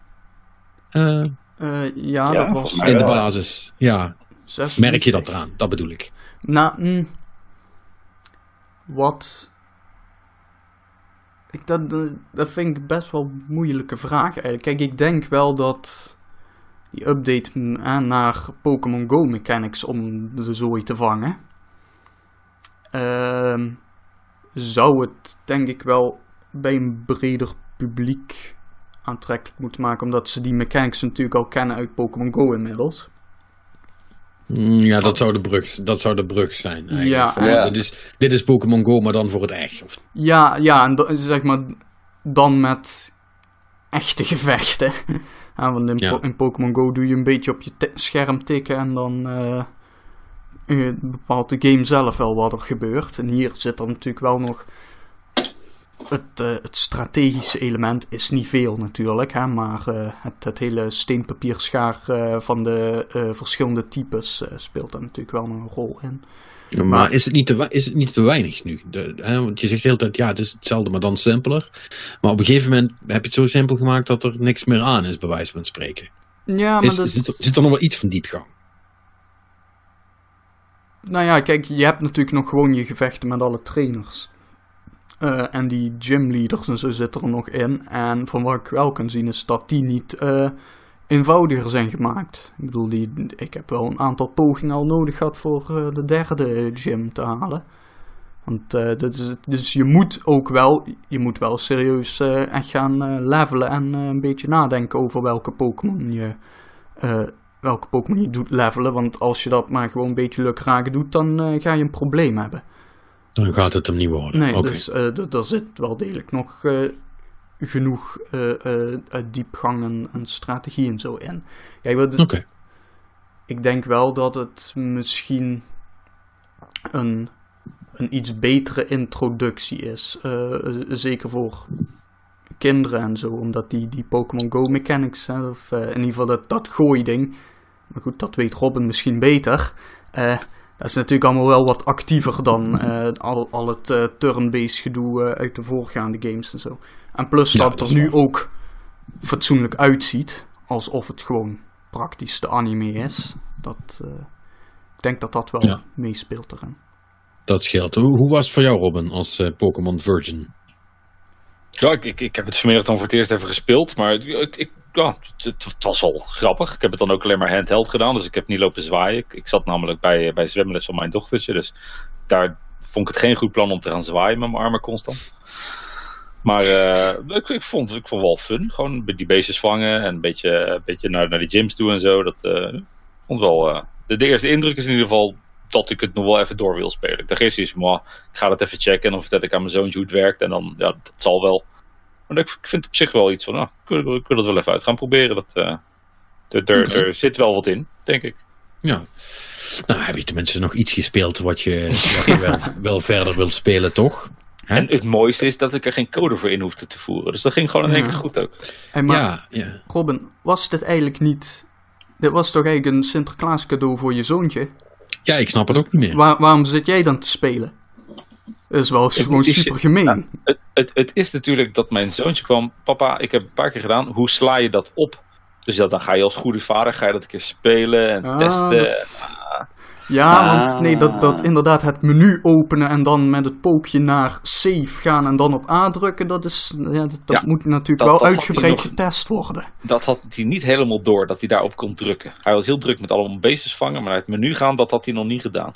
Ja, dat was in de basis. Ja. Merk je dat eraan? Dat bedoel ik. Nou, wat... Dat vind ik best wel een moeilijke vraag eigenlijk. Kijk, ik denk wel dat die update naar Pokémon Go mechanics om de zooi te vangen, zou het denk ik wel bij een breder publiek aantrekkelijk moeten maken, omdat ze die mechanics natuurlijk al kennen uit Pokémon Go inmiddels. Ja, dat zou de brug zijn. Ja. Dit is Pokémon Go, maar dan voor het echt. Of... Ja, en zeg maar dan met echte gevechten. Want in Pokémon Go doe je een beetje op je scherm tikken en dan bepaalt de game zelf wel wat er gebeurt. En hier zit er natuurlijk wel nog... Het strategische element is niet veel natuurlijk, hè, maar het hele steenpapierschaar van de verschillende types speelt daar natuurlijk wel een rol in. Ja, maar is het niet te weinig nu? Want je zegt de hele tijd, ja, het is hetzelfde, maar dan simpeler. Maar op een gegeven moment heb je het zo simpel gemaakt dat er niks meer aan is, bij wijze van spreken. Ja, maar zit er nog wel iets van diepgang? Nou ja, kijk, je hebt natuurlijk nog gewoon je gevechten met alle trainers. En die gymleaders en zo zitten er nog in. En van wat ik wel kan zien is dat die niet eenvoudiger zijn gemaakt. Ik bedoel, ik heb wel een aantal pogingen al nodig gehad voor de derde gym te halen. Want dus je moet wel serieus echt gaan levelen en een beetje nadenken over welke Pokémon je doet levelen. Want als je dat maar gewoon een beetje lukraak doet, dan ga je een probleem hebben. Dan gaat het hem niet worden. Nee, Okay. dus er zit wel degelijk nog genoeg diepgang en strategie en zo in. Kijk, ik denk wel dat het misschien een iets betere introductie is. Zeker voor kinderen en zo. Omdat die Pokémon Go mechanics, of in ieder geval dat gooiding. Maar goed, dat weet Robin misschien beter. Dat is natuurlijk allemaal wel wat actiever dan al het turn-based gedoe uit de voorgaande games en zo. En plus dat het er nu ook fatsoenlijk uitziet. Alsof het gewoon praktisch de anime is. Ik denk dat dat wel meespeelt erin. Dat scheelt. Hoe was het voor jou, Robin, als Pokémon Virgin? Ja, ik heb het vanmiddag dan voor het eerst even gespeeld. Maar het was wel grappig. Ik heb het dan ook alleen maar handheld gedaan. Dus ik heb niet lopen zwaaien. Ik zat namelijk bij zwemles van mijn dochtertje. Dus daar vond ik het geen goed plan om te gaan zwaaien met mijn armen constant. Maar ik vond wel fun. Gewoon die beestjes vangen en een beetje naar de gyms toe en zo. Dat vond wel... De eerste indruk is in ieder geval dat ik het nog wel even door wil spelen. Ik dacht eerst eens, ik ga dat even checken en dan vertel ik aan mijn zoontje hoe het werkt. En dan, dat zal wel. Maar ik vind op zich wel iets van, ik wil dat wel even uit gaan proberen. Er zit wel wat in, denk ik. Ja. Nou, heb je tenminste nog iets gespeeld wat je wel verder wilt spelen, toch? Hè? En het mooiste is dat ik er geen code voor in hoefde te voeren. Dus dat ging gewoon in één keer goed ook. Hey, maar Robin, was dit eigenlijk niet... Dit was toch eigenlijk een Sinterklaas cadeau voor je zoontje? Ja, ik snap het ook niet meer. Waarom zit jij dan te spelen? Dat is wel gewoon super gemeen. Ja, het is natuurlijk dat mijn zoontje kwam... Papa, ik heb een paar keer gedaan. Hoe sla je dat op? Dus dan ga je als goede vader dat een keer spelen en testen. Want dat inderdaad het menu openen en dan met het pookje naar save gaan en dan op A drukken, dat moet natuurlijk wel uitgebreid getest worden. Dat had hij niet helemaal door, dat hij daarop kon drukken. Hij was heel druk met allemaal beestjes vangen, maar naar het menu gaan, dat had hij nog niet gedaan.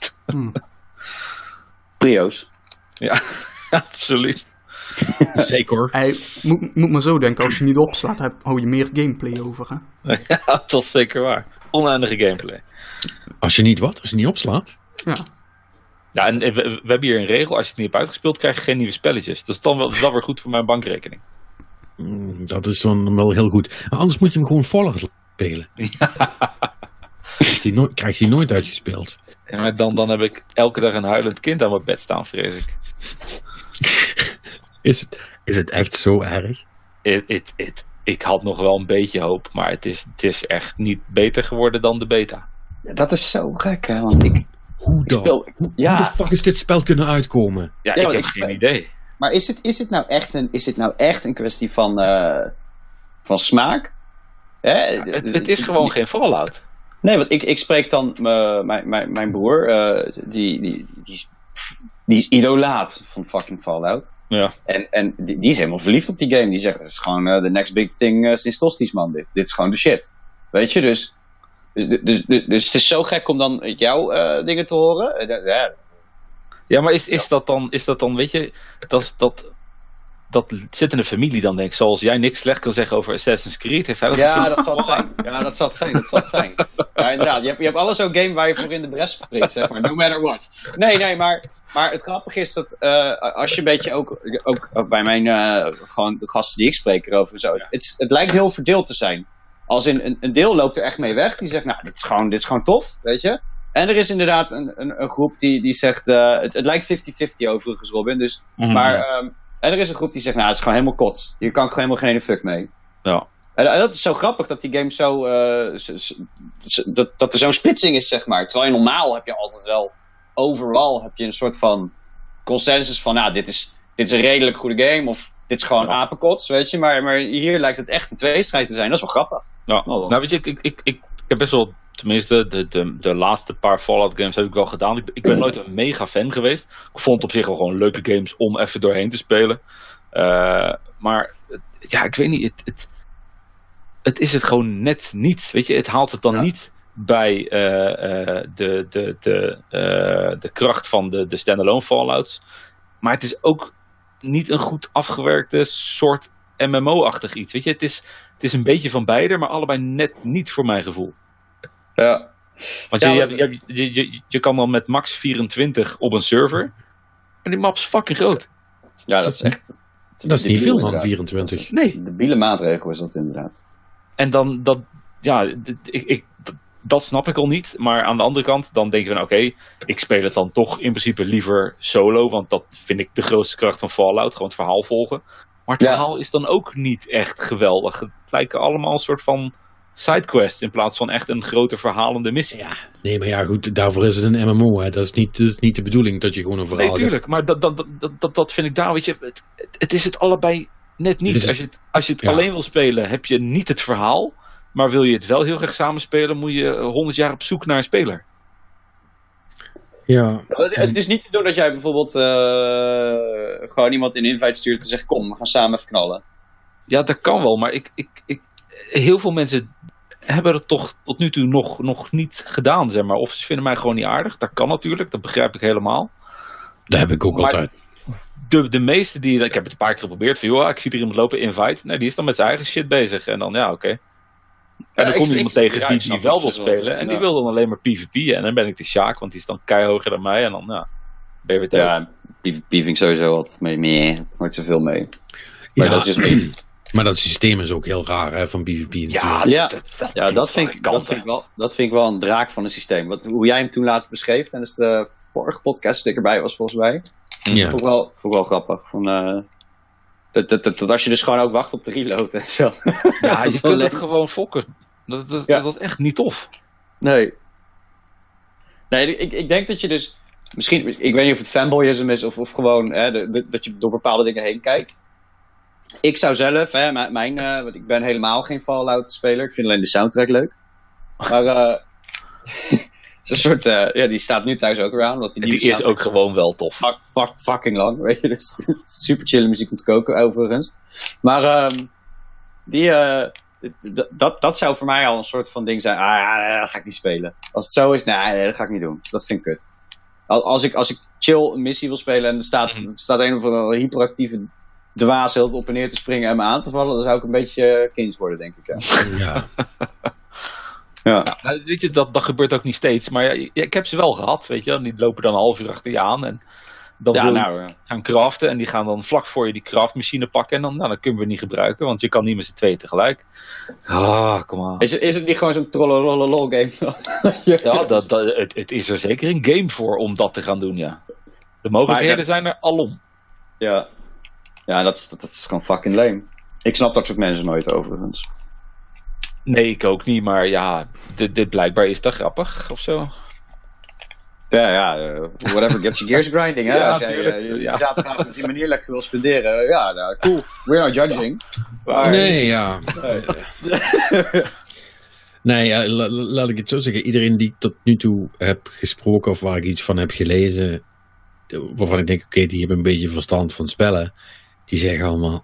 Trio's. Ja, absoluut. Zeker. Hij moet maar zo denken, als je niet opslaat, hou je meer gameplay over. Hè? Ja, dat is zeker waar. Oneindige gameplay. Als je niet opslaat? Ja. Ja, en we hebben hier een regel, als je het niet hebt uitgespeeld, krijg je geen nieuwe spelletjes. Dat is dan wel weer goed voor mijn bankrekening. Dat is dan wel heel goed. Maar anders moet je hem gewoon voller spelen. Ja. Krijg je nooit uitgespeeld. Ja, maar dan heb ik elke dag een huilend kind aan mijn bed staan, vrees ik. Is het echt zo erg? Ik had nog wel een beetje hoop, maar het is echt niet beter geworden dan de beta. Dat is zo gek, hè? Want hoe de fuck is dit spel kunnen uitkomen? Ja, ik heb geen idee. Maar is het nou echt een kwestie van smaak? Het is gewoon geen Fallout. Nee, want ik spreek dan mijn broer, die is idolaat van fucking Fallout. Ja. En die is helemaal verliefd op die game. Die zegt, het is gewoon the next big thing sinds Tosties, man. Dit is gewoon de shit. Weet je, dus het is zo gek om dan jouw dingen te horen. Ja, maar is dat dan, weet je, dat zit in de familie dan, denk ik. Zoals jij niks slecht kan zeggen over Assassin's Creed. Heeft hij dat zal het zijn. Ja, dat zal het zijn. Ja, inderdaad. Je hebt alles zo'n game waar je voor in de bres springt, zeg maar. No matter what. Nee, maar het grappige is dat als je een beetje ook bij mijn gewoon de gasten die ik spreek erover en zo. Het lijkt heel verdeeld te zijn. Als in een deel loopt er echt mee weg. Die zegt, nou, dit is gewoon tof, weet je. En er is inderdaad een groep die zegt, het lijkt 50-50 overigens, Robin. Dus, maar... En er is een groep die zegt, nou, het is gewoon helemaal kots. Hier kan ik gewoon helemaal geen ene fuck mee. Ja. En dat is zo grappig dat die game zo... dat er zo'n splitsing is, zeg maar. Terwijl je normaal heb je altijd wel... Overal heb je een soort van consensus van... Nou, dit is een redelijk goede game. Of dit is gewoon apenkots, weet je. Maar hier lijkt het echt een tweestrijd te zijn. Dat is wel grappig. Ja. Nou, weet je, ik heb best wel... Tenminste, de laatste paar Fallout games heb ik wel gedaan. Ik ben nooit een mega fan geweest. Ik vond het op zich wel gewoon leuke games om even doorheen te spelen. Maar ja, ik weet niet. het is het gewoon net niet. Weet je, het haalt het dan niet bij de kracht van de standalone Fallouts. Maar het is ook niet een goed afgewerkte soort MMO-achtig iets. Weet je, het is een beetje van beide, maar allebei net niet voor mijn gevoel. Ja. Want je kan dan met max 24 op een server. En die map is fucking groot. Ja, dat is echt... Dat is niet veel dan, 24. Nee. De biele maatregel is dat inderdaad. En dan, dat snap ik al niet. Maar aan de andere kant, dan denk je van oké, ik speel het dan toch in principe liever solo. Want dat vind ik de grootste kracht van Fallout. Gewoon het verhaal volgen. Maar het verhaal is dan ook niet echt geweldig. Het lijken allemaal een soort van sidequests in plaats van echt een grote verhalende missie. Ja, nee, maar ja, goed, daarvoor is het een MMO. Hè. Dat is niet de bedoeling dat je gewoon een verhaal... Nee, tuurlijk, maar dat vind ik daar, weet je, het is het allebei net niet. Dus, als je het alleen wil spelen, heb je niet het verhaal, maar wil je het wel heel graag samen spelen, moet je 100 jaar op zoek naar een speler. Ja. Het is niet te doen dat jij bijvoorbeeld gewoon iemand in invite stuurt en zegt kom, we gaan samen even knallen. Ja, dat kan wel, maar heel veel mensen hebben het toch tot nu toe nog niet gedaan, zeg maar. Of ze vinden mij gewoon niet aardig. Dat kan natuurlijk, dat begrijp ik helemaal. Dat heb ik ook maar altijd. De meeste die... Ik heb het een paar keer geprobeerd. Van, joh, ik zie er iemand lopen, invite. Nee, die is dan met zijn eigen shit bezig. En dan, ja, oké. En dan kom je iemand tegen die wel wil spelen. En die wil dan alleen maar PvP. En dan ben ik de Sjaak, want die is dan keihoger dan mij. En dan, ja, ben je weer tegen. Ja, PvP vind ik sowieso wat mee. Nooit zoveel mee. Maar dat is dus mee. Maar dat systeem is ook heel raar, hè, van PvP. Dat vind ik wel een draak van een systeem. Hoe jij hem toen laatst beschreef, en dus de vorige podcast die erbij was volgens mij. Ja. Vond ik wel grappig. Dat als je dus gewoon ook wacht op de reload en zo. Ja, je kunt het gewoon fokken. Dat is echt niet tof. Nee, ik denk dat je dus... Misschien, ik weet niet of het fanboyism is of gewoon dat je door bepaalde dingen heen kijkt. Ik zou zelf, want ik ben helemaal geen Fallout-speler. Ik vind alleen de soundtrack leuk. Maar het is een soort, die staat nu thuis ook around. Die is ook gewoon wel tof. Fucking lang, weet je. Dus super chille muziek om te koken, overigens. Maar dat zou voor mij al een soort van ding zijn. Dat ga ik niet spelen. Als het zo is, nee, dat ga ik niet doen. Dat vind ik kut. Als ik chill een missie wil spelen en er staat een of andere hyperactieve dwaas heel op en neer te springen en me aan te vallen, dan zou ik een beetje kinds worden, denk ik. Ja. Ja. Nou, weet je, dat gebeurt ook niet steeds, maar ik heb ze wel gehad, weet je. Die lopen dan een half uur achter je aan en dan wil je gaan craften en die gaan dan vlak voor je die craftmachine pakken en dan kunnen we niet gebruiken, want je kan niet met z'n tweeën tegelijk. Kom aan. Is het niet gewoon zo'n trollololol game? Ja, het is er zeker een game voor om dat te gaan doen, ja. De mogelijkheden zijn er alom. Ja. Ja, dat is gewoon fucking lame. Ik snap dat soort mensen nooit, overigens. Nee, ik ook niet, maar ja, dit blijkbaar is dat grappig, of zo. Ja, whatever gets your gears grinding, hè. Als jij je zaterdag op die manier lekker wil spenderen, cool. We're not judging. Maar... Nee, ja. Nee, laat ik het zo zeggen. Iedereen die ik tot nu toe heb gesproken of waar ik iets van heb gelezen, waarvan ik denk, oké, die hebben een beetje verstand van spellen, die zeggen allemaal,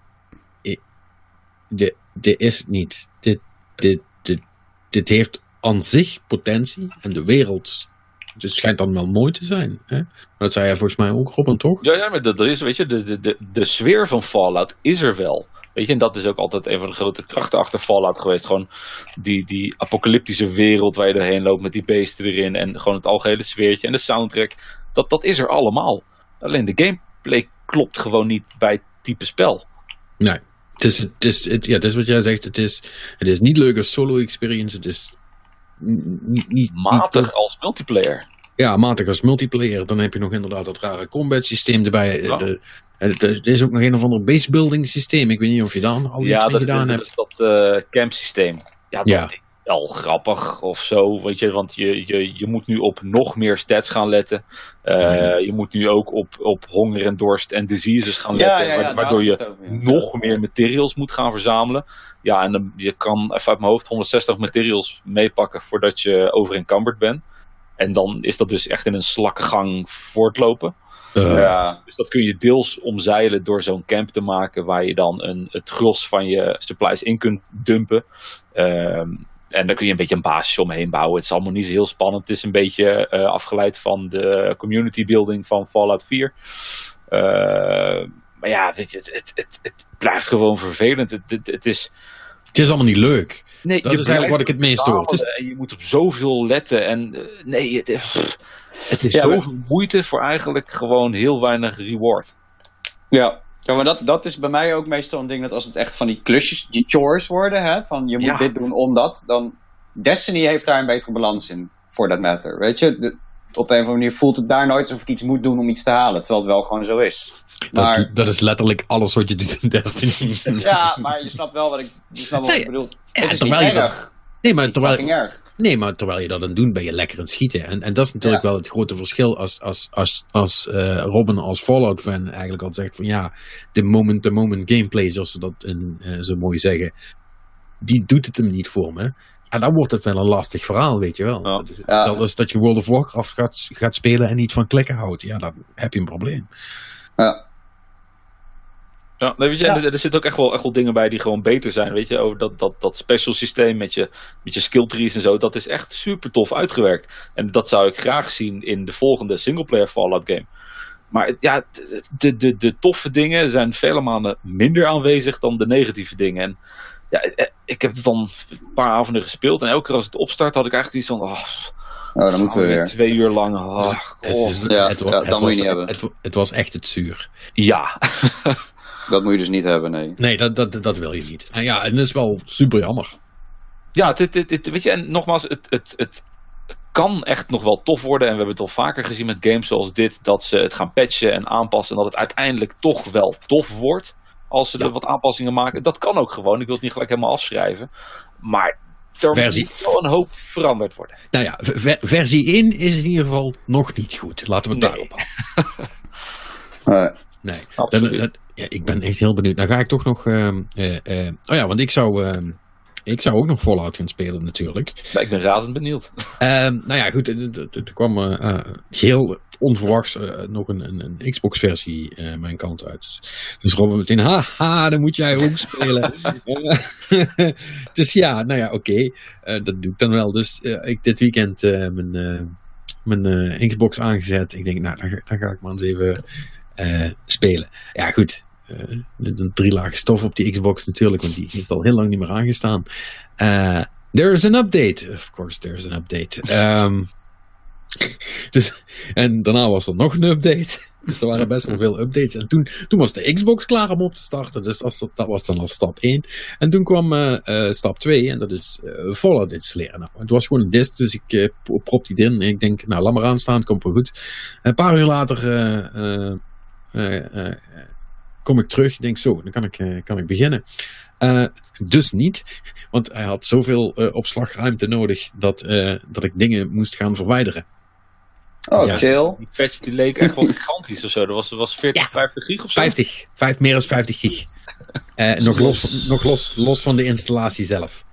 dit is het niet. Dit heeft aan zich potentie en de wereld, het schijnt dan wel mooi te zijn. Hè? Dat zei jij volgens mij ook, Robin, toch? Ja, maar dat is, weet je, de sfeer van Fallout is er wel. Weet je, en dat is ook altijd een van de grote krachten achter Fallout geweest. Gewoon die apocalyptische wereld waar je doorheen loopt met die beesten erin. En gewoon het algehele sfeertje en de soundtrack. Dat is er allemaal. Alleen de gameplay klopt gewoon niet bij het type spel. Nee. Het is wat jij zegt. Het is niet leuk als solo experience. Het is niet matig als multiplayer. Ja, matig als multiplayer. Dan heb je nog inderdaad dat rare combat systeem erbij. Ja. Er is ook nog een of ander base building systeem. Ik weet niet of je daar al iets mee gedaan hebt. Ja, dat camp systeem. Ja, dat is wel grappig of zo. Weet je, want je moet nu op nog meer stats gaan letten. Je moet nu ook op honger en dorst en diseases gaan letten. Waardoor je nog meer materials moet gaan verzamelen. Ja, en dan, je kan even uit mijn hoofd 160 materials meepakken voordat je overencumbered bent. En dan is dat dus echt in een slakkengang voortlopen. Dus dat kun je deels omzeilen door zo'n camp te maken waar je dan het gros van je supplies in kunt dumpen. En daar kun je een beetje een basis omheen bouwen. Het is allemaal niet zo heel spannend. Het is een beetje afgeleid van de community building van Fallout 4. Maar ja, weet je, het blijft gewoon vervelend. Het is allemaal niet leuk. Nee, dat is eigenlijk wat ik het meest hoor. En je moet op zoveel letten. En het is zoveel moeite voor eigenlijk gewoon heel weinig reward. Ja, maar dat is bij mij ook meestal een ding dat als het echt van die klusjes, die chores worden, hè, van je moet dit doen omdat, dan Destiny heeft daar een betere balans in, for that matter. Weet je, op een of andere manier voelt het daar nooit alsof ik iets moet doen om iets te halen, terwijl het wel gewoon zo is. Maar, dat is letterlijk alles wat je doet in Destiny. Ja, maar je snapt wel wat ik bedoel. Het is niet erg. Nee, maar terwijl je dat aan het doen, ben je lekker aan het schieten. En dat is natuurlijk wel het grote verschil als Robin als Fallout-fan eigenlijk al zegt van ja, de moment-to-moment gameplay, zoals ze dat zo mooi zeggen, die doet het hem niet voor me. En dan wordt het wel een lastig verhaal, weet je wel. Ja. Zelfs als dat je World of Warcraft gaat spelen en niet van klikken houdt, ja, dan heb je een probleem. Ja. Ja, weet je, er zitten ook echt wel dingen bij die gewoon beter zijn, weet je, over dat special systeem met je skill trees en zo, dat is echt super tof uitgewerkt. En dat zou ik graag zien in de volgende singleplayer Fallout game. Maar ja, de toffe dingen zijn vele malen minder aanwezig dan de negatieve dingen. En ja, ik heb het dan een paar avonden gespeeld en elke keer als het opstart had ik eigenlijk iets van, dan moeten we weer 2 uur lang. Dat moet je niet hebben. Het was echt het zuur. Ja. Dat moet je dus niet hebben, nee. Nee, dat wil je niet. En ja, en dat is wel super jammer. Ja, weet je, en nogmaals, het kan echt nog wel tof worden. En we hebben het al vaker gezien met games zoals dit, dat ze het gaan patchen en aanpassen. En dat het uiteindelijk toch wel tof wordt als ze er wat aanpassingen maken. Dat kan ook gewoon. Ik wil het niet gelijk helemaal afschrijven. Maar er moet wel een hoop veranderd worden. Nou ja, versie 1 is in ieder geval nog niet goed. Laten we het daarop houden. Nee, ik ben echt heel benieuwd. Dan ga ik toch nog... want ik zou ook nog Fallout gaan spelen natuurlijk. Ja, ik ben razend benieuwd. Goed, er kwam heel onverwachts nog een Xbox-versie mijn kant uit. Dus Robin meteen, dan moet jij ook spelen. Dus ja, oké. Dat doe ik dan wel. Dus ik dit weekend mijn Xbox aangezet. Ik denk, dan ga ik maar eens even... spelen. Ja, goed. Een 3 lagen stof op die Xbox natuurlijk, want die heeft al heel lang niet meer aangestaan. There is an update. Of course, there is an update. En daarna was er nog een update. Dus er waren best wel veel updates. En toen was de Xbox klaar om op te starten. Dus dat was dan al stap 1. En toen kwam stap 2. En dat is Fallout installeren. Nou, het was gewoon een disk. Dus ik prop die in. En ik denk, laat maar aanstaan. Het komt wel goed. En een paar uur later kom ik terug. Ik denk zo, dan kan ik beginnen. Dus niet. Want hij had zoveel opslagruimte nodig dat ik dingen moest gaan verwijderen. Oh, chill. Die patch die leek echt wel gigantisch of zo. Dat was 40, 50 gig of zo? 50. Meer dan 50 gig. Nog los van de installatie zelf.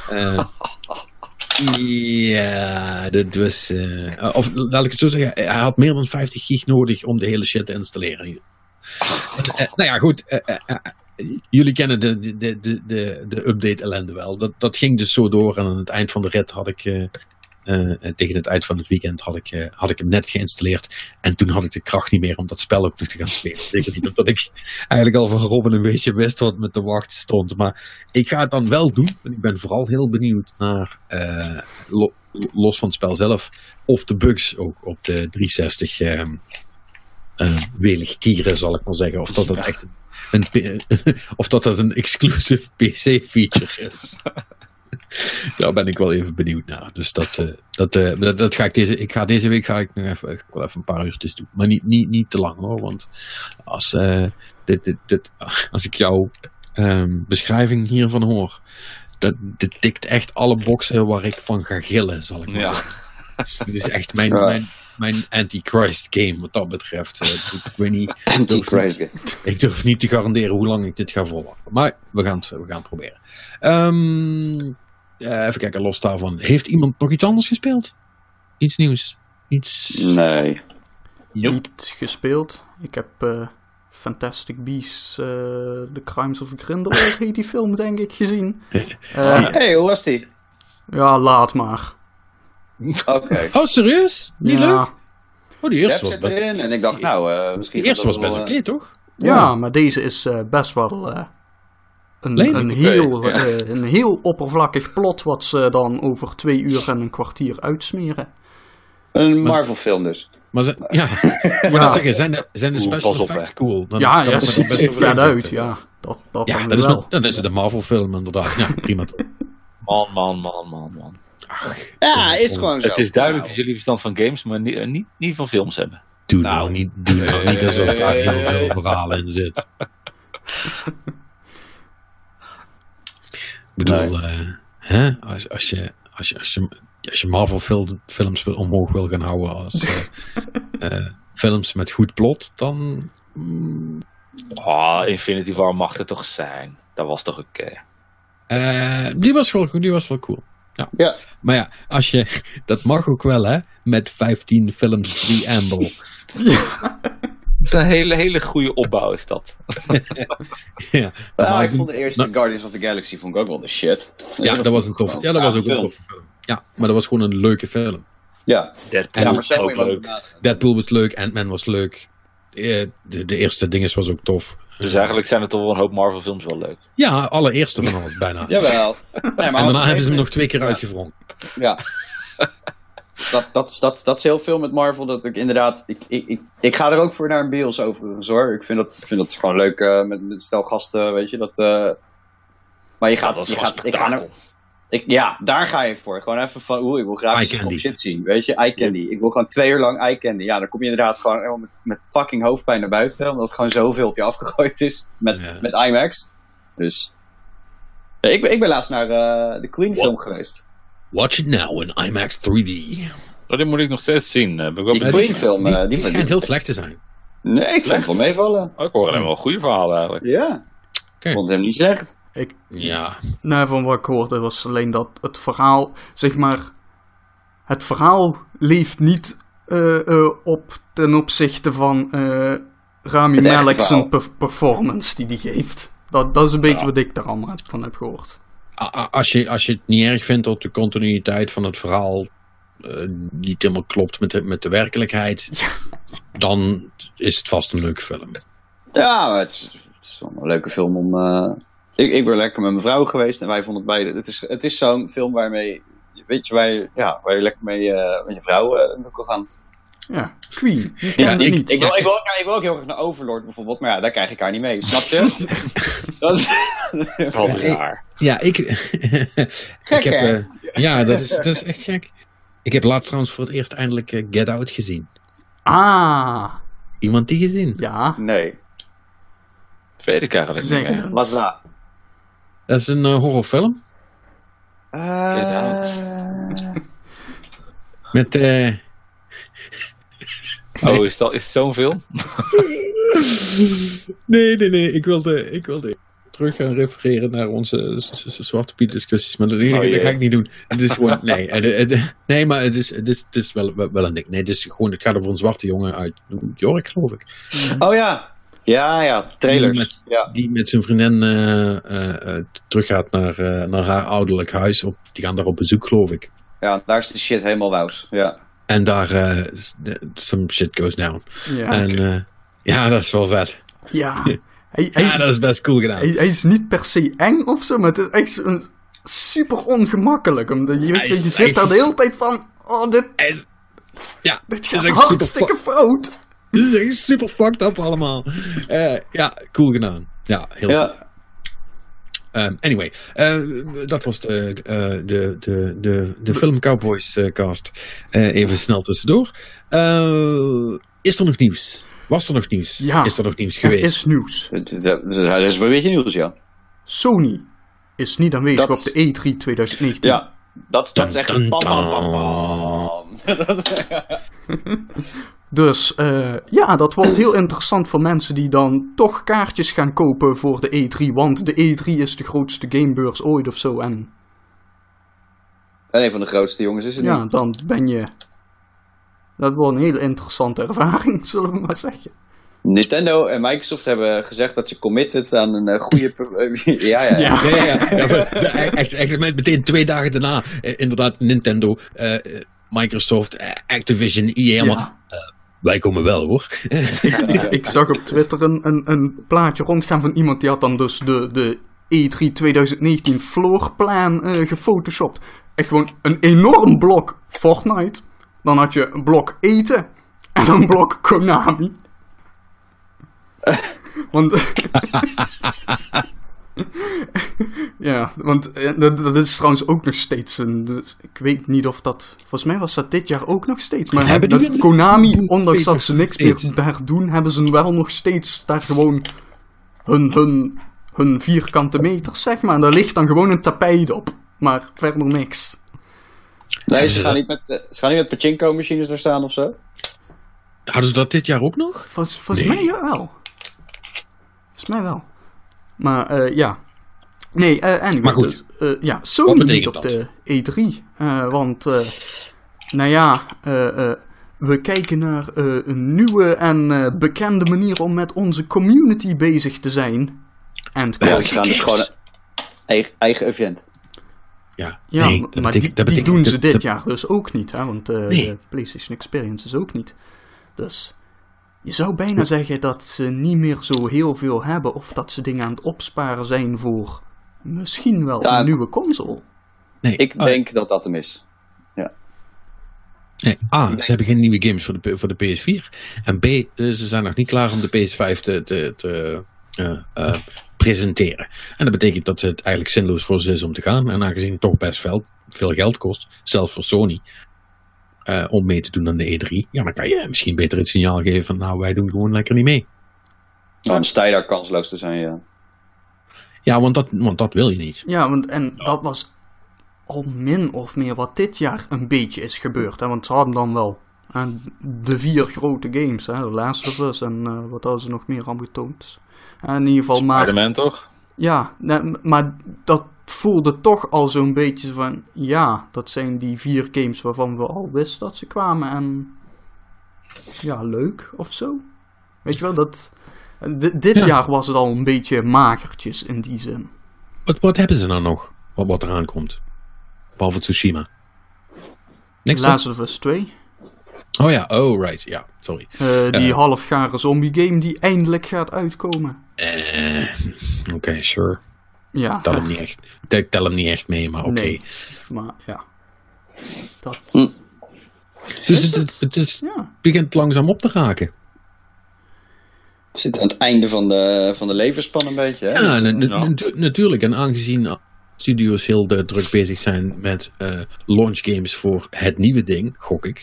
Ja, dat was... of laat ik het zo zeggen, hij had meer dan 50 gig nodig om de hele shit te installeren. Goed. Jullie kennen de update ellende wel. Dat ging dus zo door en aan het eind van de rit had ik... tegen het eind van het weekend had ik hem net geïnstalleerd. En toen had ik de kracht niet meer om dat spel ook nog te gaan spelen. Zeker niet omdat ik eigenlijk al van Robin een beetje wist wat me te wachten stond. Maar ik ga het dan wel doen. Want ik ben vooral heel benieuwd naar, los van het spel zelf, of de bugs ook op de 360 welig tieren, zal ik maar zeggen. Of dat het echt een exclusive PC feature is. Daar ben ik wel even benieuwd naar. Dus dat ga ik deze week nog even een paar uurtjes doen. Maar niet te lang hoor. Want als ik jouw beschrijving hiervan hoor, dit tikt echt alle boxen waar ik van ga gillen, zal ik maar zeggen. Dus dit is echt mijn Antichrist game wat dat betreft. Ik weet niet. Ik durf niet te garanderen hoe lang ik dit ga volhouden. Maar we gaan het proberen. Even kijken, los daarvan. Heeft iemand nog iets anders gespeeld? Iets nieuws? Nee. niet gespeeld. Ik heb Fantastic Beasts, The Crimes of Grindelwald heet die film, denk ik, gezien. Hey, hoe was die? Ja, laat maar. Oké. Oh, serieus? Niet Ja. leuk? Oh, die eerste Depp was zit best... erin en ik dacht, nou, misschien... De eerste was gaat dat best wel, oké, toch? Ja, maar deze is best wel Lelijk, een heel oppervlakkig plot wat ze dan over 2 uur en een kwartier uitsmeren. Een Marvel film dus. Maar ja, Ja, zeggen, zijn de special pas op, effects hè. cool? Dan ja, kan ja, het ziet best er wel vet leuk uit. zijn. Ja, dat Ja, dan dat is, wel. dan is het een Marvel film inderdaad. Ja, prima. Man. Ja, is gewoon zo. Het is duidelijk dat Nou. jullie verstand van games, maar niet van films hebben. Doe nou niet alsof daar heel veel verhalen in zit. Ik bedoel, hè? Als je Marvel films omhoog wil gaan houden als films met goed plot, dan... Infinity War mag het toch zijn? Dat was toch oké? Die was wel cool. Ja. Ja. Maar ja, dat mag ook wel, hè? Met 15 films preamble. Het is een hele goede opbouw, is dat. Ja, Ja, ik vond de eerste Guardians of the Galaxy vond ik ook wel de shit. ja, dat was een toffe. Ja, dat was ook een toffe film. Ja, maar dat was gewoon een leuke film. Ja, Deadpool ja maar was zo ook moet je wel leuk. doen. Deadpool was leuk, Ant-Man was leuk. De eerste dinges was ook tof. Dus eigenlijk zijn er toch wel een hoop Marvel films wel leuk. Ja, allereerste van alles bijna. Jawel. Nee, maar En daarna hebben ze hem nog 2 keer uitgevrongen. Ja. Dat is heel veel met Marvel. Dat ik inderdaad. Ik ga er ook voor naar een bios overigens hoor. Ik vind dat gewoon leuk met stel gasten, weet je. Maar je gaat. Ja, daar ga je voor. Gewoon even van. Ik wil graag shit zien. Weet je, eye candy. Ik wil gewoon 2 uur lang eye candy. Ja, dan kom je inderdaad gewoon helemaal met fucking hoofdpijn naar buiten. Omdat het gewoon zoveel op je afgegooid is. Met IMAX. Dus. Ja, ik ben laatst naar de Queen film geweest. Watch it now in IMAX 3D. Die moet ik nog steeds zien. Die Queen film. Die schijnt heel slecht te zijn. Nee, ik vond het wel meevallen. Ik hoor alleen wel een goede verhaal eigenlijk. Ja. Ik vond hem niet slecht. Nee, van wat ik hoorde was alleen dat het verhaal, zeg maar, het verhaal leeft niet ten opzichte van Rami Malek zijn performance die geeft. Dat is een beetje wat ik daar allemaal van heb gehoord. Als je het niet erg vindt dat de continuïteit van het verhaal niet helemaal klopt met de werkelijkheid, dan is het vast een leuke film. Ja, maar het is wel een leuke film om... Ik ben lekker met mijn vrouw geweest en wij vonden het beide... Het is zo'n film waarmee... Weet je, waar je lekker mee met je vrouw naartoe kan gaan. Ja, Queen. Ik wil ook heel graag naar Overlord bijvoorbeeld, maar ja, daar krijg ik haar niet mee. Snap je? Dat is wel raar. Ja, ik heb... ja, dat is echt gek. Ik heb laatst trouwens voor het eerst eindelijk Get Out gezien. Ah. Iemand die gezien? Ja. Nee. Weet ik eigenlijk niet meer. Wat is dat? Dat is een horrorfilm. Get Out. Met... Is het zo'n film? Nee. Ik wilde terug gaan refereren naar onze Zwarte Piet discussies, maar dat ga ik niet doen. Het is gewoon, nee, maar het is wel een ding. Nee, het gaat over een zwarte jongen uit New York, geloof ik. Oh ja. Ja, trailers. Die met zijn vriendin teruggaat naar haar ouderlijk huis. Die gaan daar op bezoek, geloof ik. Ja, daar is de shit helemaal wous. Ja. En daar, some shit goes down. Ja. En dat is wel vet. Ja. Dat is best cool gedaan. Hij is niet per se eng of zo, maar het is echt super ongemakkelijk. Omdat je zit daar de hele tijd van, dit gaat hartstikke fout. Dit is echt super fucked up allemaal. Cool gedaan. Ja, heel goed. Anyway, dat was de Film Cowboys cast. Even snel tussendoor. Is er nog nieuws? Was er nog nieuws? Ja. Is er nog nieuws geweest? Er is nieuws. Dat is wel een beetje nieuws, ja. Sony is niet aanwezig op de E3 2019. Ja, dat is echt een Dus dat wordt heel interessant voor mensen die dan toch kaartjes gaan kopen voor de E3. Want de E3 is de grootste gamebeurs ooit of zo. En een van de grootste jongens is het niet. Ja, dan ben je Dat wordt een hele interessante ervaring, zullen we maar zeggen. Nintendo en Microsoft hebben gezegd dat ze committed aan een goede... Ja. Echt meteen 2 dagen daarna. Inderdaad, Nintendo, Microsoft, Activision, EA. Ja. Wij komen wel, hoor. Ik zag op Twitter een plaatje rondgaan van iemand die had dan dus de E3 2019 floorplan gefotoshopt. Echt gewoon een enorm blok Fortnite. Dan had je een blok eten en een blok Konami. Want... ja, want dat is trouwens ook nog steeds een... Dus ik weet niet of dat... Volgens mij was dat dit jaar ook nog steeds. Maar Hebben die Konami, ondanks dat ze niks meer daar doen, hebben ze wel nog steeds daar gewoon hun vierkante meters, zeg maar. En daar ligt dan gewoon een tapijt op. Maar verder niks. Nee, ze gaan niet met pachinko-machines er staan of zo? Hadden ze dat dit jaar ook nog? Volgens mij wel. Volgens mij wel. Maar ja. Nee, anyway. Maar goed. Dus, ja, Sony niet op de E3. Want, nou ja, we kijken naar een nieuwe en bekende manier om met onze community bezig te zijn. En Ja, ze gaan dus gewoon eigen event. Ja, ja, nee, maar die doen ze dit jaar dus ook niet, hè? Want de PlayStation Experience is ook niet. Dus je zou bijna zeggen dat ze niet meer zo heel veel hebben, of dat ze dingen aan het opsparen zijn voor misschien wel een nieuwe console. Nee, ik denk dat hem is. Ja. Nee, ze hebben geen nieuwe games voor de PS4. En B, ze zijn nog niet klaar om de PS5 te presenteren. En dat betekent dat het eigenlijk zinloos voor ze is om te gaan. En aangezien het toch best veel geld kost, zelfs voor Sony, om mee te doen aan de E3, ja, dan kan je misschien beter het signaal geven van, nou, wij doen gewoon lekker niet mee. Dan sta je daar kansloos te zijn, ja. Ja, want dat wil je niet. Ja, dat was al min of meer wat dit jaar een beetje is gebeurd. Hè? Want ze hadden dan wel de 4 grote games. Hè? The Last of Us en wat hadden ze nog meer aan getoond. In ieder geval maar... Spider-Man toch? Ja, maar dat voelde toch al zo'n beetje van... Ja, dat zijn die 4 games waarvan we al wisten dat ze kwamen. En ja, leuk of zo. Weet je wel, dat... Dit jaar was het al een beetje magertjes in die zin. Wat hebben ze nou nog? Wat eraan komt? Behalve Tsushima. Niks Last of Us 2. Oh ja, right. Ja, sorry. Die halfgare zombie game die eindelijk gaat uitkomen. Oké, sure. Ja. Tel hem niet echt mee, maar oké. Nee, maar ja. Dat... Dus het begint langzaam op te raken. We zitten aan het einde van de levensspan een beetje, hè? Ja, natuurlijk. En aangezien studio's heel druk bezig zijn met launch games voor het nieuwe ding, gok ik.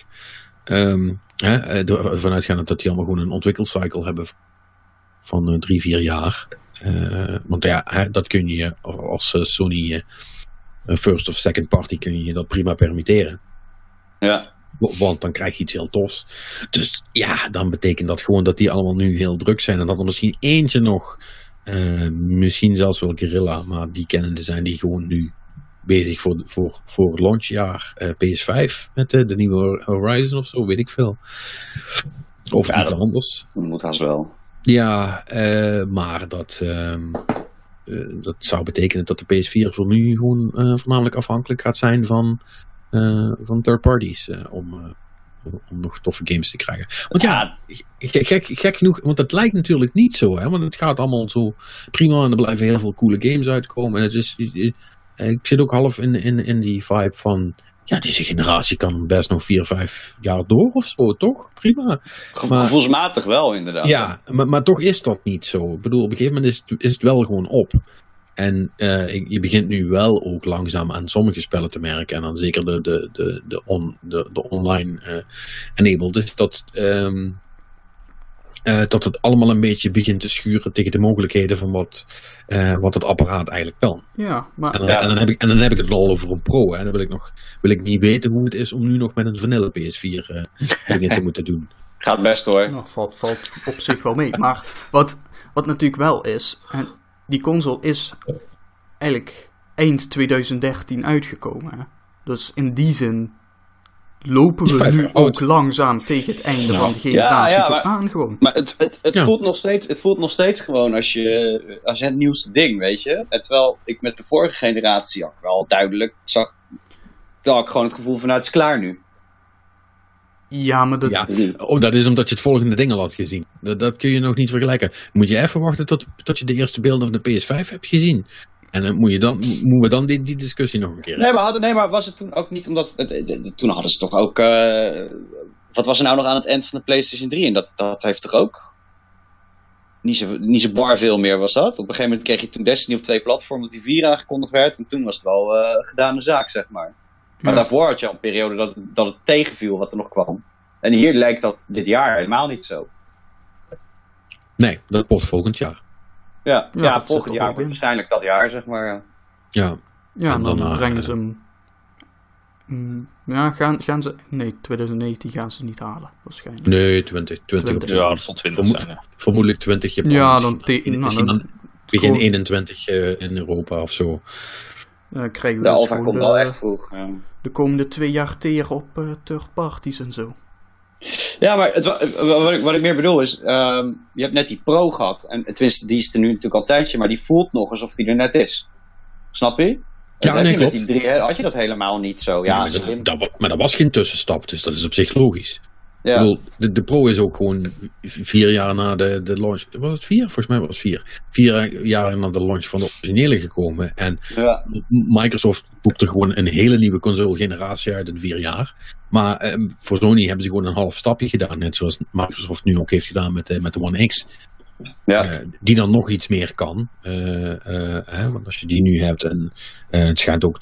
Vanuitgaande dat die allemaal gewoon een ontwikkelcycle hebben van 3-4 jaar. Want ja, dat kun je als Sony first of second party kun je dat prima permitteren. Ja. Want dan krijg je iets heel tofs. Dus ja, dan betekent dat gewoon dat die allemaal nu heel druk zijn. En dat er misschien eentje nog, misschien zelfs wel Guerrilla, maar die kennende zijn die gewoon nu bezig voor launchjaar PS5 met de nieuwe Horizon of zo, weet ik veel. Of iets anders. Dat moet haast wel. Ja, maar dat zou betekenen dat de PS4 voor nu gewoon voornamelijk afhankelijk gaat zijn van third parties om nog toffe games te krijgen. Want ja, gek genoeg, want het lijkt natuurlijk niet zo, hè, want het gaat allemaal zo prima en er blijven heel veel coole games uitkomen. En het is, ik zit ook half in die vibe van, ja, deze generatie kan best nog 4-5 jaar door of zo, toch? Prima. Gevoelsmatig wel, inderdaad. Ja, maar toch is dat niet zo. Ik bedoel, op een gegeven moment is het wel gewoon op. En je begint nu wel ook langzaam aan sommige spellen te merken. En dan zeker de online enabled is dat het allemaal een beetje begint te schuren tegen de mogelijkheden van wat het apparaat eigenlijk kan. Ja, maar... En dan heb ik het al over een pro. En dan wil ik niet weten hoe het is om nu nog met een vanille PS4 dingen te moeten doen. Gaat best hoor. Nou, valt op zich wel mee. Maar wat natuurlijk wel is... Die console is eigenlijk eind 2013 uitgekomen. Hè? Dus in die zin lopen we Vijf nu jaar oud. ook langzaam tegen het einde van de generatie aan gewoon. Maar het voelt nog steeds gewoon als je het nieuwste ding, weet je. En terwijl ik met de vorige generatie ook wel duidelijk zag, dat had ik gewoon het gevoel van, nou, het is klaar nu. Ja, maar dat... Ja, dat is omdat je het volgende ding al had gezien. Dat kun je nog niet vergelijken. Moet je even wachten tot je de eerste beelden van de PS5 hebt gezien. En dan moeten we dan die discussie nog een keer Nee, maar was het toen ook niet omdat... toen hadden ze toch ook... wat was er nou nog aan het eind van de PlayStation 3? En dat heeft toch ook... Niet zo bar veel meer was dat. Op een gegeven moment kreeg je toen Destiny op 2 platformen, dat die 4 aangekondigd werd. En toen was het wel gedane zaak, zeg maar. Maar daarvoor had je al een periode dat het tegenviel wat er nog kwam. En hier lijkt dat dit jaar helemaal niet zo. Nee, dat wordt volgend jaar. Ja, volgend jaar wordt waarschijnlijk dat jaar, zeg maar. Ja. Ja, en dan daarna, brengen ze hem... gaan ze... Nee, 2019 gaan ze niet halen, waarschijnlijk. Nee, 20. Ja, dat zal 20 zijn. Vermoedelijk 20 Japan. Ja, dan begin 21 in Europa of zo. Krijgen we De dus Alpha komt wel echt vroeg. Ja. De komende 2 jaar teren op third parties en zo. Ja, maar wat ik meer bedoel is, je hebt net die Pro gehad. En tenminste, die is er nu natuurlijk al een tijdje, maar die voelt nog alsof die er net is. Snap je? Ja, nee, klopt. Met die 3 had je dat helemaal niet zo. Ja, slim. Maar dat was geen tussenstap, dus dat is op zich logisch. Ja. Ik bedoel, de Pro is ook gewoon 4 jaar na de launch. Was het 4? Volgens mij was het 4. 4 jaar na de launch van de originele gekomen. En Microsoft boekt er gewoon een hele nieuwe console-generatie uit in 4 jaar. Maar voor Sony hebben ze gewoon een half stapje gedaan. Net zoals Microsoft nu ook heeft gedaan met de One X. Ja. Die dan nog iets meer kan. Want als je die nu hebt, en het schijnt ook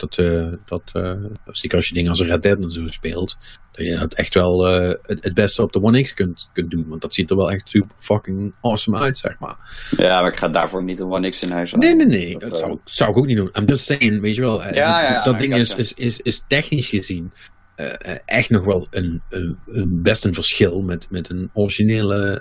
zeker als je dingen als Red Dead en zo speelt, dat je het echt wel het beste op de One X kunt doen. Want dat ziet er wel echt super fucking awesome uit, zeg maar. Ja, maar ik ga daarvoor niet een One X in huis halen. Nee. Dat zou ik ook niet doen. I'm just saying, weet je wel. Dat ding is technisch gezien echt nog wel best een verschil met een originele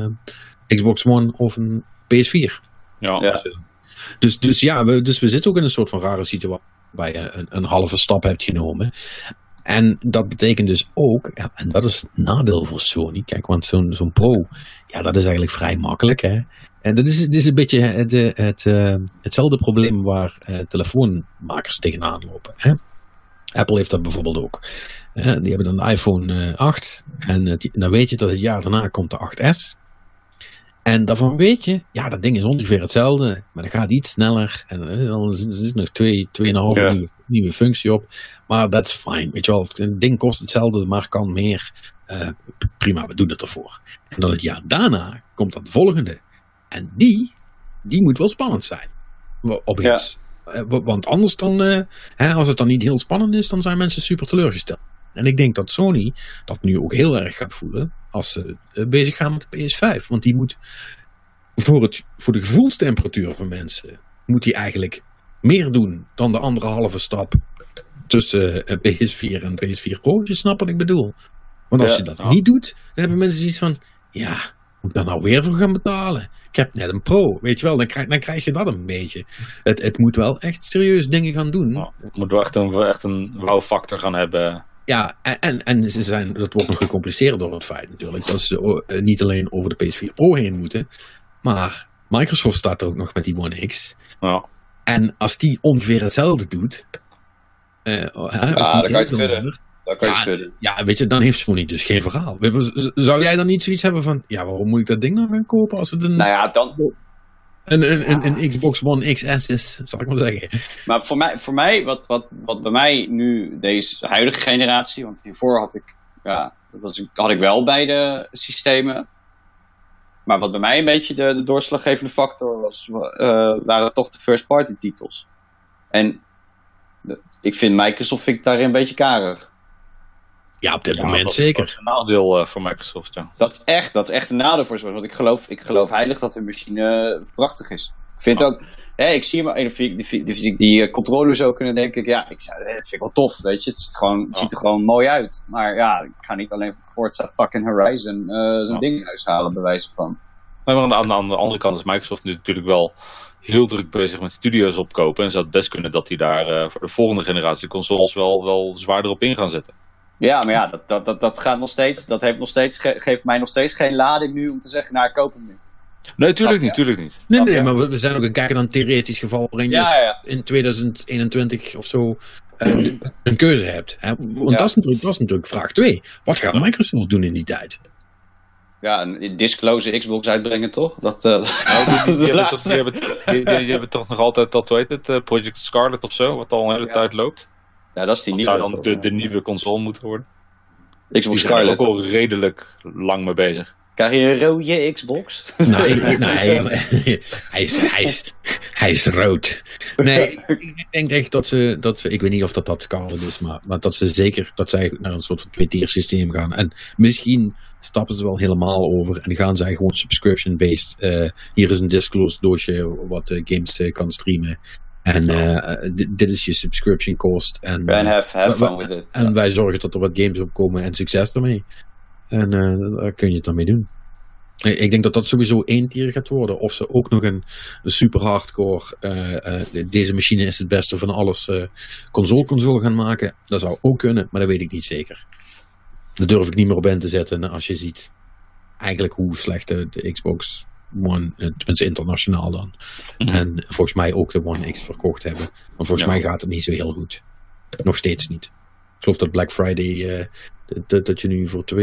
Xbox One of een PS4. Ja. Dus we zitten ook in een soort van rare situatie waarbij je een halve stap hebt genomen. En dat betekent dus ook, en dat is het nadeel voor Sony, kijk, want zo'n Pro, ja, dat is eigenlijk vrij makkelijk, hè. En dat is een beetje hetzelfde probleem waar telefoonmakers tegenaan lopen, hè. Apple heeft dat bijvoorbeeld ook. Die hebben dan de iPhone 8 en dan weet je dat het jaar daarna komt de 8S. En daarvan weet je, ja, dat ding is ongeveer hetzelfde, maar dat gaat iets sneller. En dan zit nog 2,5 nieuwe functie op. Maar that's fine, weet je wel. Het ding kost hetzelfde, maar kan meer. Prima, we doen het ervoor. En dan het jaar daarna komt dat volgende. En die moet wel spannend zijn. Opeens. Ja. Want anders dan, als het dan niet heel spannend is, dan zijn mensen super teleurgesteld. En ik denk dat Sony dat nu ook heel erg gaat voelen als ze bezig gaan met de PS5. Want die moet voor de gevoelstemperatuur van mensen, moet die eigenlijk meer doen dan de andere halve stap tussen PS4 en PS4 Pro. Je snapt wat ik bedoel. Want als je dat niet doet, dan hebben mensen zoiets van, ja, moet ik daar nou weer voor gaan betalen? Ik heb net een Pro, weet je wel, dan krijg je dat een beetje. Het moet wel echt serieus dingen gaan doen. Het moet wel echt een wow-factor gaan hebben. Ja, en dat wordt nog gecompliceerd door het feit natuurlijk dat ze niet alleen over de PS4 Pro heen moeten, maar Microsoft staat er ook nog met die One X. Ja. En als die ongeveer hetzelfde doet, dan kan je het verder. Ja, weet je, dan heeft Sony dus geen verhaal. Zou jij dan niet zoiets hebben van, ja, waarom moet ik dat ding nou gaan kopen als het een Xbox One XS is, zal ik maar zeggen. Maar voor mij wat bij mij nu deze huidige generatie, want hiervoor had ik wel beide systemen. Maar wat bij mij een beetje de doorslaggevende factor was, waren toch de first party titels. En ik vind Microsoft daar een beetje karig. Ja, op dit moment zeker. Dat is een nadeel voor Microsoft, ja. Dat is echt een nadeel voor ze. Want ik geloof heilig dat hun machine prachtig is. Ik vind ook, ik zie maar die controllers ook kunnen denk ik, het vind ik wel tof, weet je. Het ziet er gewoon mooi uit. Maar ja, ik ga niet alleen voor Forza fucking Horizon zo'n ding in huis halen, bij wijze van. Nee, maar aan de andere kant is Microsoft nu natuurlijk wel heel druk bezig met studio's opkopen. En zou het best kunnen dat die daar voor de volgende generatie consoles wel zwaarder op in gaan zetten. Ja, maar ja, dat gaat nog steeds. Dat heeft nog steeds, geeft mij nog steeds geen lading nu om te zeggen, nou, ik koop hem nu. Nee, tuurlijk niet. Nee, maar we zijn ook een kijken naar een theoretisch geval waarin je in 2021 of zo een keuze hebt. Hè? Want dat is natuurlijk vraag 2. Wat gaat Microsoft doen in die tijd? Ja, een disclose Xbox uitbrengen, toch? Die hebben toch nog altijd dat, hoe heet het, Project Scarlet of zo, wat al een hele tijd loopt. Ja, dat is die nieuwe. Dat zou dan de nieuwe console moeten worden. Xbox Scarlet. Die zijn ook al redelijk lang mee bezig. Krijg je een rode Xbox? Nee, hij is rood. Nee, ik denk echt dat ze ik weet niet of dat Scarlet is, maar dat ze zeker, dat zij naar een soort van 2-tier systeem gaan. En misschien stappen ze wel helemaal over en gaan zij gewoon subscription-based. Hier is een disclosed doosje wat games kan streamen. En dit is je subscription cost. En have fun with it. En wij zorgen dat er wat games opkomen en succes ermee. En daar kun je het dan mee doen. Ik denk dat sowieso 1 tier gaat worden. Of ze ook nog een super hardcore deze machine is het beste van alles console gaan maken. Dat zou ook kunnen, maar dat weet ik niet zeker. Daar durf ik niet meer op in te zetten als je ziet eigenlijk hoe slecht de Xbox One, tenminste internationaal dan. Mm-hmm. En volgens mij ook de One X verkocht hebben. Maar volgens mij gaat het niet zo heel goed. Nog steeds niet. Ik geloof dat Black Friday dat je nu voor $200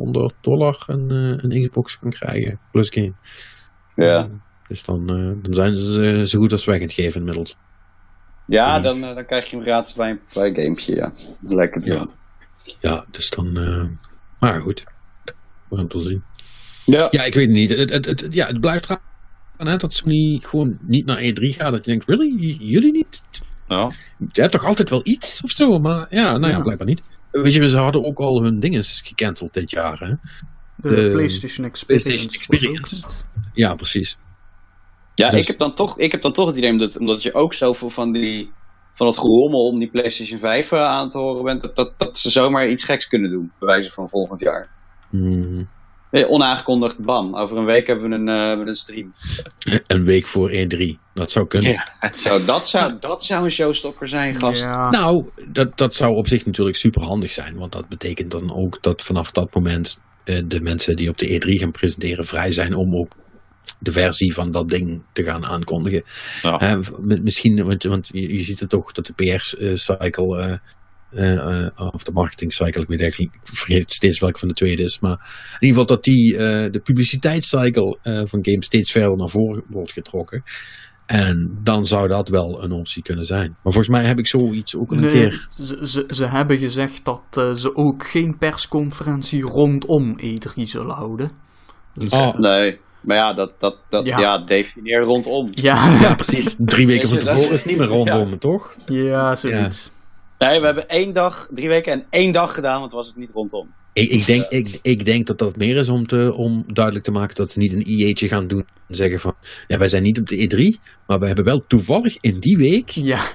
een Xbox kan krijgen. Plus game. Ja. Dus dan zijn ze zo goed als weg aan het geven inmiddels. Ja, dan krijg je hem gratis bij een gamepje, ja. Lekker te doen. Ja, dus dan... maar goed. We gaan het wel zien. Ja, ik weet het niet. Het blijft raar dat Sony gewoon niet naar E3 gaat. Dat je denkt, really? Jullie niet? Ja. Je hebt toch altijd wel iets of zo? Maar blijkbaar niet. Weet je, ze hadden ook al hun dingen gecanceld dit jaar, hè? De PlayStation Experience. Ja, precies. Ja, dus... ik heb dan toch het idee, omdat je ook zoveel van dat gerommel om die PlayStation 5 aan te horen bent, dat ze zomaar iets geks kunnen doen, bij wijze van volgend jaar. Onaangekondigd, bam. Over een week hebben we een stream. Een week voor E3. Dat zou kunnen. Ja. Dat zou een showstopper zijn, gast. Ja. Nou, dat zou op zich natuurlijk super handig zijn. Want dat betekent dan ook dat vanaf dat moment de mensen die op de E3 gaan presenteren vrij zijn om ook de versie van dat ding te gaan aankondigen. Ja. Misschien, want je ziet het toch dat de PR-cycle... of de marketing cycle, ik vergeet steeds welke van de twee het is, maar in ieder geval dat de publiciteitscycle van games steeds verder naar voren wordt getrokken. En dan zou dat wel een optie kunnen zijn. Maar volgens mij heb ik zoiets ook een keer... Ze hebben gezegd dat ze ook geen persconferentie rondom E3 zullen houden. Dus... Nee, maar ja, definieer rondom. Ja, precies. 3 weken van tevoren is niet meer rondom, toch? Ja, zoiets. Ja. Nee, we hebben 1 dag, 3 weken en 1 dag gedaan, want was het niet rondom. Ik denk dat meer is om duidelijk te maken dat ze niet een IE'tje gaan doen en zeggen van, ja, wij zijn niet op de E3, maar we hebben wel toevallig in die week,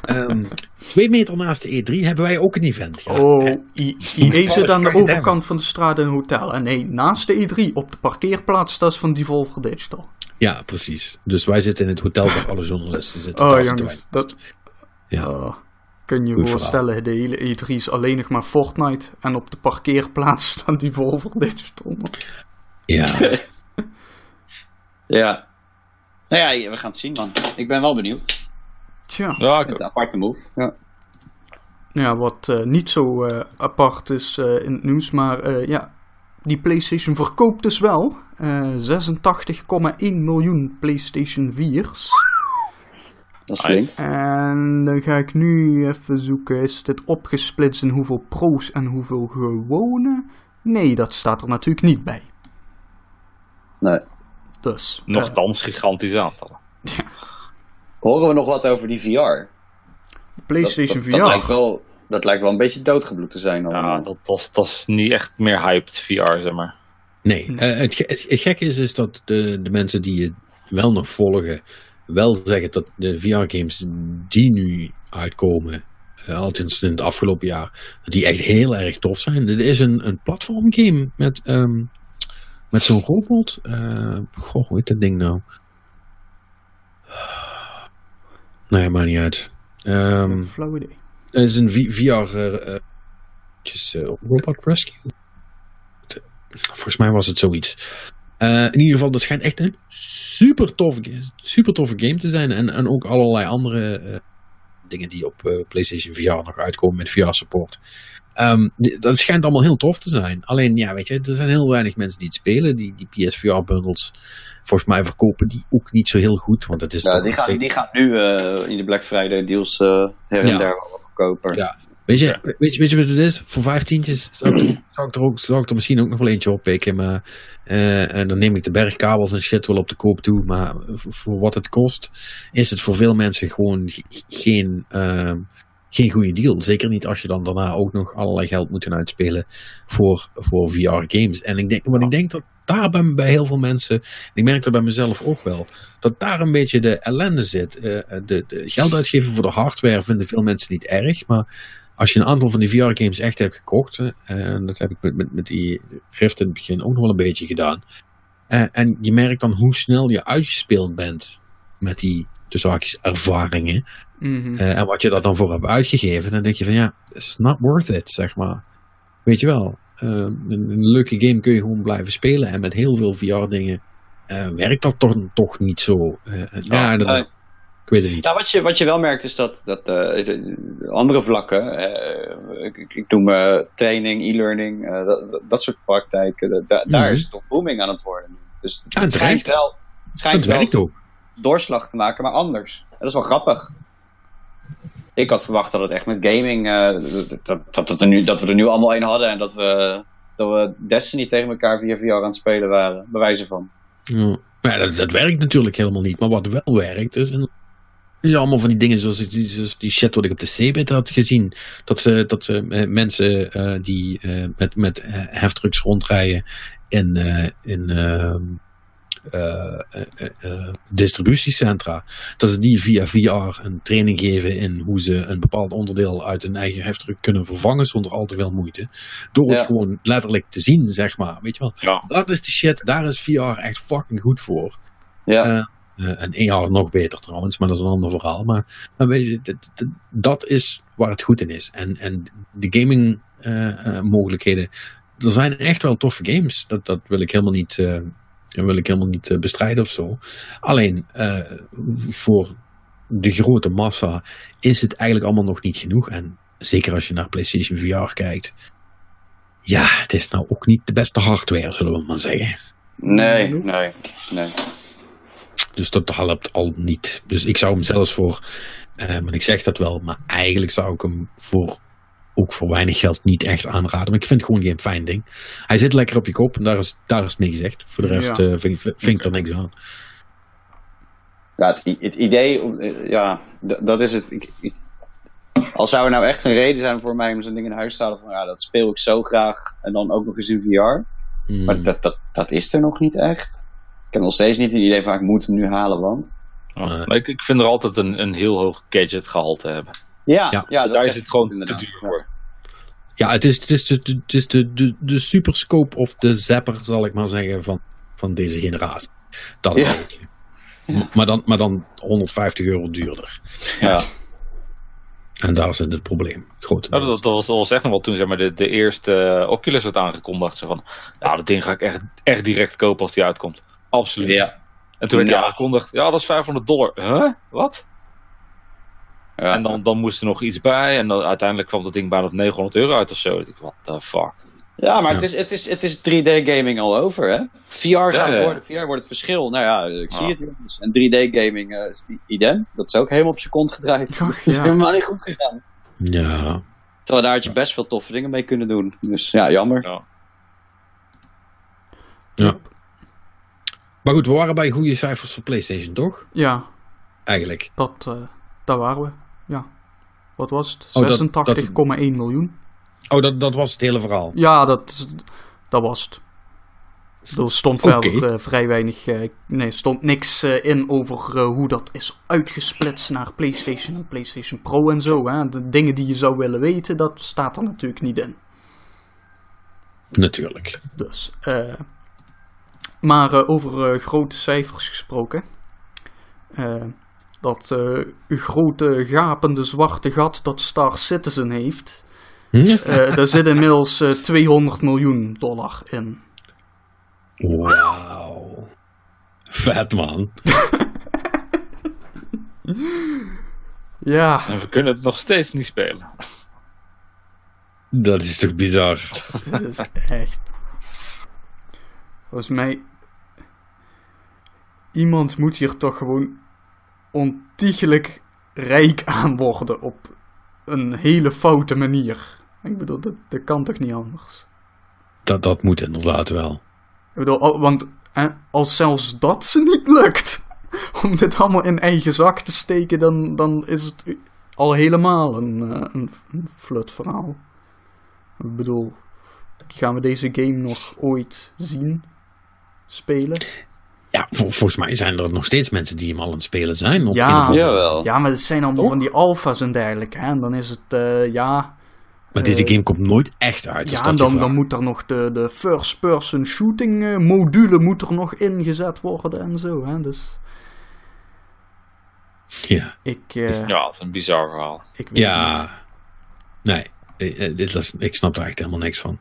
2 meter naast de E3, hebben wij ook een event. Ja. IE zit aan de overkant van de straat in een hotel. En nee, naast de E3, op de parkeerplaats, dat is van Devolver Digital. Ja, precies. Dus wij zitten in het hotel waar alle journalisten zitten. Jongens, kun je voorstellen, de hele E3 is alleen nog maar Fortnite en op de parkeerplaats staan die Devolver Digital. Ja. Ja. Nou ja, we gaan het zien, man. Ik ben wel benieuwd. Tja. Ja, het is een aparte move. Ja. Ja, wat niet zo apart is in het nieuws, maar die PlayStation verkoopt dus wel 86,1 miljoen PlayStation 4's. Dat is flink. En dan ga ik nu even zoeken, is dit opgesplitst in hoeveel pro's en hoeveel gewone? Nee, dat staat er natuurlijk niet bij. Nee. Dus. Nochtans gigantisch aantallen. Ja. Horen we nog wat over die VR? PlayStation VR? Dat lijkt wel een beetje doodgebloed te zijn. Ja, dat is niet echt meer hyped VR, zeg maar. Nee, het gekke is dat de mensen die het wel nog volgen, wel zeggen dat de VR-games die nu uitkomen, althans in het afgelopen jaar, die echt heel erg tof zijn. Dit is een platformgame met zo'n robot. Hoe heet dat ding nou? Nee, maakt niet uit. Flauw idee. Het is een VR Robot Rescue. Volgens mij was het zoiets. In ieder geval, dat schijnt echt een super toffe game te zijn. En ook allerlei andere dingen die op PlayStation VR nog uitkomen met VR-support. Dat schijnt allemaal heel tof te zijn. Alleen, ja, weet je, er zijn heel weinig mensen die het spelen. Die PSVR-bundles, volgens mij verkopen die ook niet zo heel goed. Want het is die gaan nu in de Black Friday deals her en der wat goedkoper. Ja. Weet je wat het is? Voor 15 zou ik er misschien ook nog wel eentje oppikken. Maar en dan neem ik de bergkabels en shit wel op de koop toe. Maar voor wat het kost, is het voor veel mensen gewoon geen goede deal. Zeker niet als je dan daarna ook nog allerlei geld moet gaan uitspelen voor VR-games. En ik denk dat daar bij heel veel mensen, en ik merk dat bij mezelf ook wel, dat daar een beetje de ellende zit. De geld uitgeven voor de hardware vinden veel mensen niet erg, maar als je een aantal van die VR-games echt hebt gekocht, en dat heb ik met die Rift in het begin ook nog wel een beetje gedaan, en je merkt dan hoe snel je uitgespeeld bent met die tussen haakjes ervaringen, en wat je daar dan voor hebt uitgegeven, dan denk je van ja, it's not worth it, zeg maar. Weet je wel, een leuke game kun je gewoon blijven spelen en met heel veel VR-dingen werkt dat toch niet zo. Ik weet het niet. Ja, wat je wel merkt is dat andere vlakken, ik noem training, e-learning, dat soort praktijken, daar is het toch booming aan het worden. Dus het schijnt wel doorslag te maken, maar anders. En dat is wel grappig. Ik had verwacht dat het echt met gaming, dat we er nu allemaal een hadden en dat we Destiny tegen elkaar via VR aan het spelen waren, bij wijze van. Ja. Maar dat werkt natuurlijk helemaal niet. Maar wat wel werkt is allemaal van die dingen zoals die shit wat ik op de C-bit had gezien. Dat ze mensen die met heftrucks rondrijden in distributiecentra, dat ze die via VR een training geven in hoe ze een bepaald onderdeel uit een eigen heftruck kunnen vervangen zonder al te veel moeite. Door het gewoon letterlijk te zien, zeg maar. Weet je wel? Ja. Dat is de shit, daar is VR echt fucking goed voor. Ja. En AR nog beter trouwens, maar dat is een ander verhaal. Maar weet je, dat is waar het goed in is. En de gaming mogelijkheden, er zijn echt wel toffe games. Dat wil ik helemaal niet bestrijden of zo. Alleen voor de grote massa is het eigenlijk allemaal nog niet genoeg. En zeker als je naar PlayStation VR kijkt. Ja, het is nou ook niet de beste hardware, zullen we maar zeggen. Nee. Dus dat helpt al niet. Dus ik zou hem zelfs voor, maar ik zeg dat wel, maar eigenlijk zou ik hem ook voor weinig geld niet echt aanraden. Maar ik vind het gewoon geen fijn ding. Hij zit lekker op je kop en daar is niks gezegd. Voor de rest vind ik er niks aan. Ja, het idee, dat is het. Als zou er nou echt een reden zijn voor mij om zo'n ding in huis te halen van dat speel ik zo graag en dan ook nog eens in VR. Maar dat is er nog niet echt. Ik heb nog steeds niet het idee van ik moet hem nu halen, want... Ik vind er altijd een heel hoog gadget gehalte hebben. Ja, daar is het gewoon te duur voor. Ja, het is de superscope of de zapper, zal ik maar zeggen, van deze generatie. Dat is het. Ja. Maar dan €150 duurder. Ja. En daar zit het probleem. Dat was echt nog wel toen zeg maar, de eerste Oculus werd aangekondigd. Zo van, dat ding ga ik echt direct kopen als die uitkomt. Absoluut. Ja. En toen werd hij aangekondigd, dat is $500. Huh? Wat? Ja. En dan moest er nog iets bij. En dan uiteindelijk kwam dat ding bijna op €900 uit of zo. Ik dacht, what the fuck? Ja, maar het is 3D gaming al over, hè? VR gaat worden. VR wordt het verschil. Nou ja, ik zie het jongens. En 3D gaming, idem. Dat is ook helemaal op zijn kont gedraaid. Dat is helemaal niet goed gegaan. Ja. Terwijl daar had je best veel toffe dingen mee kunnen doen. Dus ja, jammer. Ja. Maar goed, we waren bij goede cijfers voor PlayStation, toch? Ja. Eigenlijk. Daar waren we. Ja. Wat was het? 86,1 miljoen. Oh, dat was het hele verhaal? Ja, dat was het. Er stond verder vrij weinig... stond niks in over hoe dat is uitgesplitst naar PlayStation en PlayStation Pro en zo. Hè. De dingen die je zou willen weten, dat staat er natuurlijk niet in. Natuurlijk. Dus, maar over grote cijfers gesproken. Dat grote gapende zwarte gat dat Star Citizen heeft... Daar zit inmiddels $200 miljoen in. Wauw. Vet, man. Ja. En we kunnen het nog steeds niet spelen. Dat is toch bizar. Dat is echt... Volgens mij... Iemand moet hier toch gewoon ontiegelijk rijk aan worden op een hele foute manier. Ik bedoel, dat kan toch niet anders? Dat moet inderdaad wel. Ik bedoel, want als zelfs dat ze niet lukt om dit allemaal in eigen zak te steken, dan is het al helemaal een flut verhaal. Ik bedoel, gaan we deze game nog ooit zien spelen? Ja, volgens mij zijn er nog steeds mensen die hem al aan het spelen zijn. Op Ja, Jawel. ja, maar het zijn allemaal van die alfa's en dergelijke. Hè? En dan is het, Maar deze game komt nooit echt uit. Ja, en dan moet er nog de first-person shooting module moet er nog ingezet worden en zo. Hè? Dus Ja. Ja, het is een bizar verhaal. Ik weet het niet. Nee. Ik snap daar echt helemaal niks van.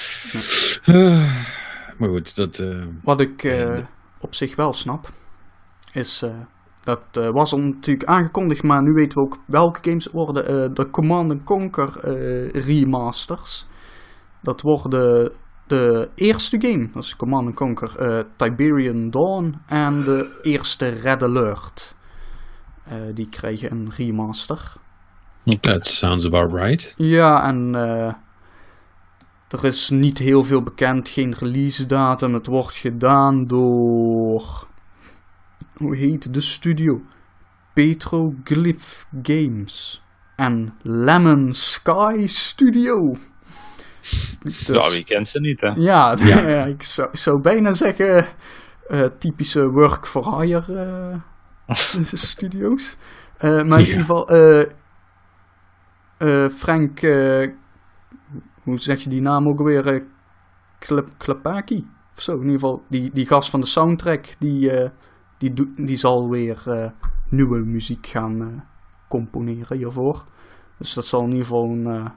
Maar goed, dat... Wat ik op zich wel snap, is... dat was al natuurlijk aangekondigd, maar nu weten we ook welke games het worden. De Command & Conquer remasters. Dat worden de eerste game, dat is Command & Conquer Tiberian Dawn en de eerste Red Alert. Die krijgen een remaster. That sounds about right. Ja, en er is niet heel veel bekend, geen release datum. Het wordt gedaan door... Hoe heet de studio? Petroglyph Games. En Lemon Sky Studio. Dus, Ja, wie kent ze niet, hè? ja, ik zou bijna zeggen... typische work for hire studio's. Maar in ieder geval... Frank... hoe zeg je die naam ook alweer? Klepaki? Of zo, in ieder geval die gast van de soundtrack... Die zal weer nieuwe muziek gaan componeren hiervoor. Dus dat zal in ieder geval een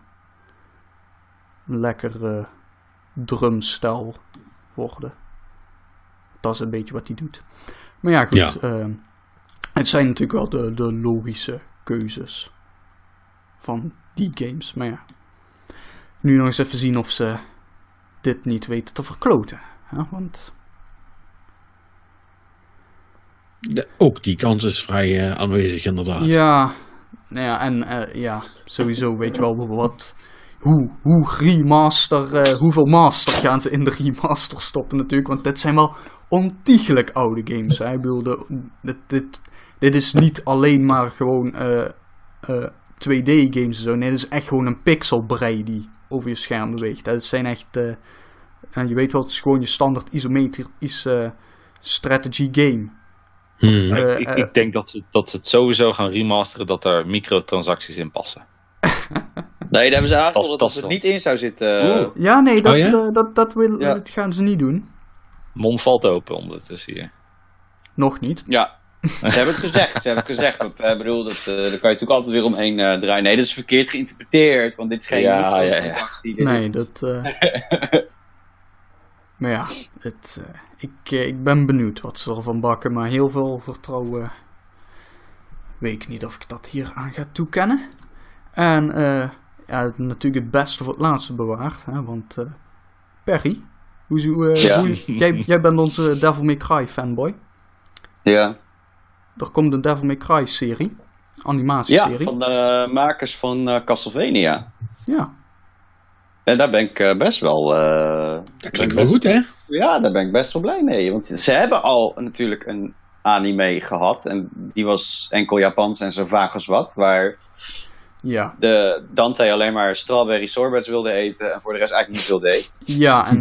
lekker drumstijl worden. Dat is een beetje wat hij doet. Maar ja, goed. Ja. Het zijn natuurlijk wel de logische keuzes van die games. Maar ja, nu nog eens even zien of ze dit niet weten te verkloten. Ja, want... Ook die kans is vrij aanwezig inderdaad. Ja, nou ja, en ja, sowieso weet je wel wat... Hoe remaster... hoeveel master gaan ze in de remaster stoppen natuurlijk. Want dit zijn wel ontiegelijk oude games. Hè? Ik bedoel, dit is niet alleen maar gewoon 2D games en zo. Nee, dit is echt gewoon een pixelbrei die over je scherm beweegt. Het zijn echt... je weet wel, het is gewoon je standaard isometrische strategy game. Ik denk dat ze het sowieso gaan remasteren, dat er microtransacties in passen. Nee, daar hebben ze aangekondigd dat het niet in zou zitten. Ja, nee, dat gaan ze niet doen. Mond valt open ondertussen hier. Nog niet. Ja, ze hebben het gezegd. Want, bedoel, daar kan je natuurlijk altijd weer omheen draaien. Nee, dat is verkeerd geïnterpreteerd, want dit is geen microtransactie. Nee, dat... Maar ja, ik ben benieuwd wat ze ervan bakken, maar heel veel vertrouwen weet ik niet of ik dat hier aan ga toekennen. En ja, natuurlijk het beste voor het laatste bewaard, hè, want Perry, jij bent onze Devil May Cry fanboy. Ja. Er komt een Devil May Cry serie, animatieserie. Ja, van de makers van Castlevania. Ja. En daar ben ik best wel... dat klinkt wel goed, hè? Ja, daar ben ik best wel blij mee. Want ze hebben al natuurlijk een anime gehad. En die was enkel Japans en zo vaag als wat. Waar de Dante alleen maar strawberry sorbets wilde eten. En voor de rest eigenlijk niet wilde eten. Ja, en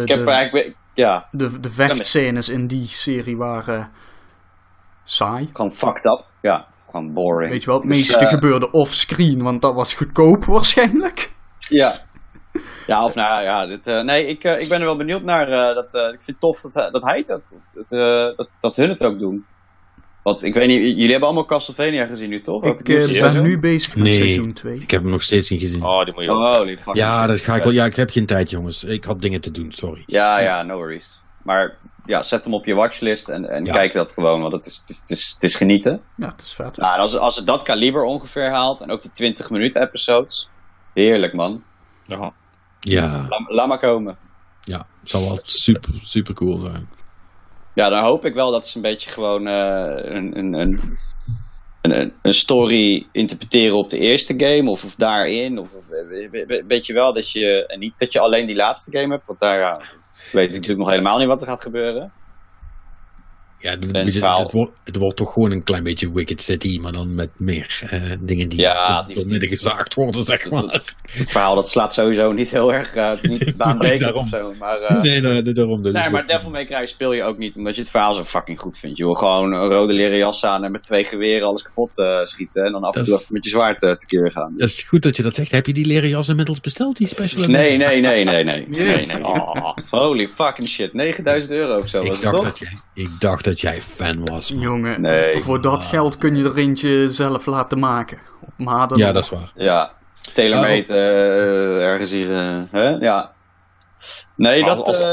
de vechtscènes in die serie waren saai. Gewoon fucked up. Ja, gewoon boring. Weet je wel, het meeste gebeurde offscreen. Want dat was goedkoop waarschijnlijk. Ja. Ja, of nou ja, ik ben er wel benieuwd naar. Ik vind het tof dat hij het ook, dat hun het ook doen. Want ik weet niet, jullie hebben allemaal Castlevania gezien nu, toch? Ik ben nu bezig met seizoen 2. Ik heb hem nog steeds niet gezien. Oh, die moet je ook. Holy fucking Ja, shit. dat ga ik wel. Ja, ik heb geen tijd, jongens. Ik had dingen te doen, sorry. Ja, no worries. Maar ja, zet hem op je watchlist en kijk dat gewoon, want het is genieten. Ja, het is vet. Nou, en als het dat kaliber ongeveer haalt, en ook die 20 minuten episodes, heerlijk man. Ja, Laat maar komen. ja. Het zal wel super, super cool zijn. Ja, dan hoop ik wel dat ze een beetje gewoon een story interpreteren op de eerste game, of daarin. Of weet je wel, dat je, en niet dat je alleen die laatste game hebt, want daar weet ik natuurlijk nog helemaal niet wat er gaat gebeuren. Ja, het wordt toch gewoon een klein beetje Wicked City, maar dan met meer dingen die door midden gezaagd worden, zeg maar. Het verhaal dat slaat sowieso niet heel erg, het is niet baanbrekend of zo. Maar, nee, daarom. Dus nee, maar Devil May Cry speel je ook niet omdat je het verhaal zo fucking goed vindt. Je wil gewoon een rode leren jas aan en met 2 geweren alles kapot schieten. En dan af en toe even met je zwaard tekeer gaan. Dat is goed dat je dat zegt. Heb je die leren jas inmiddels besteld, die special? Nee. Oh, holy fucking shit. €9.000 of zo was het toch? Ik dacht dat jij fan was. Jongen, Nee. voor dat geld kun je er eentje zelf laten maken. Op maden. Ja, dat is waar. Ja, tailor-made ergens hier. Hè? Ja. Nee,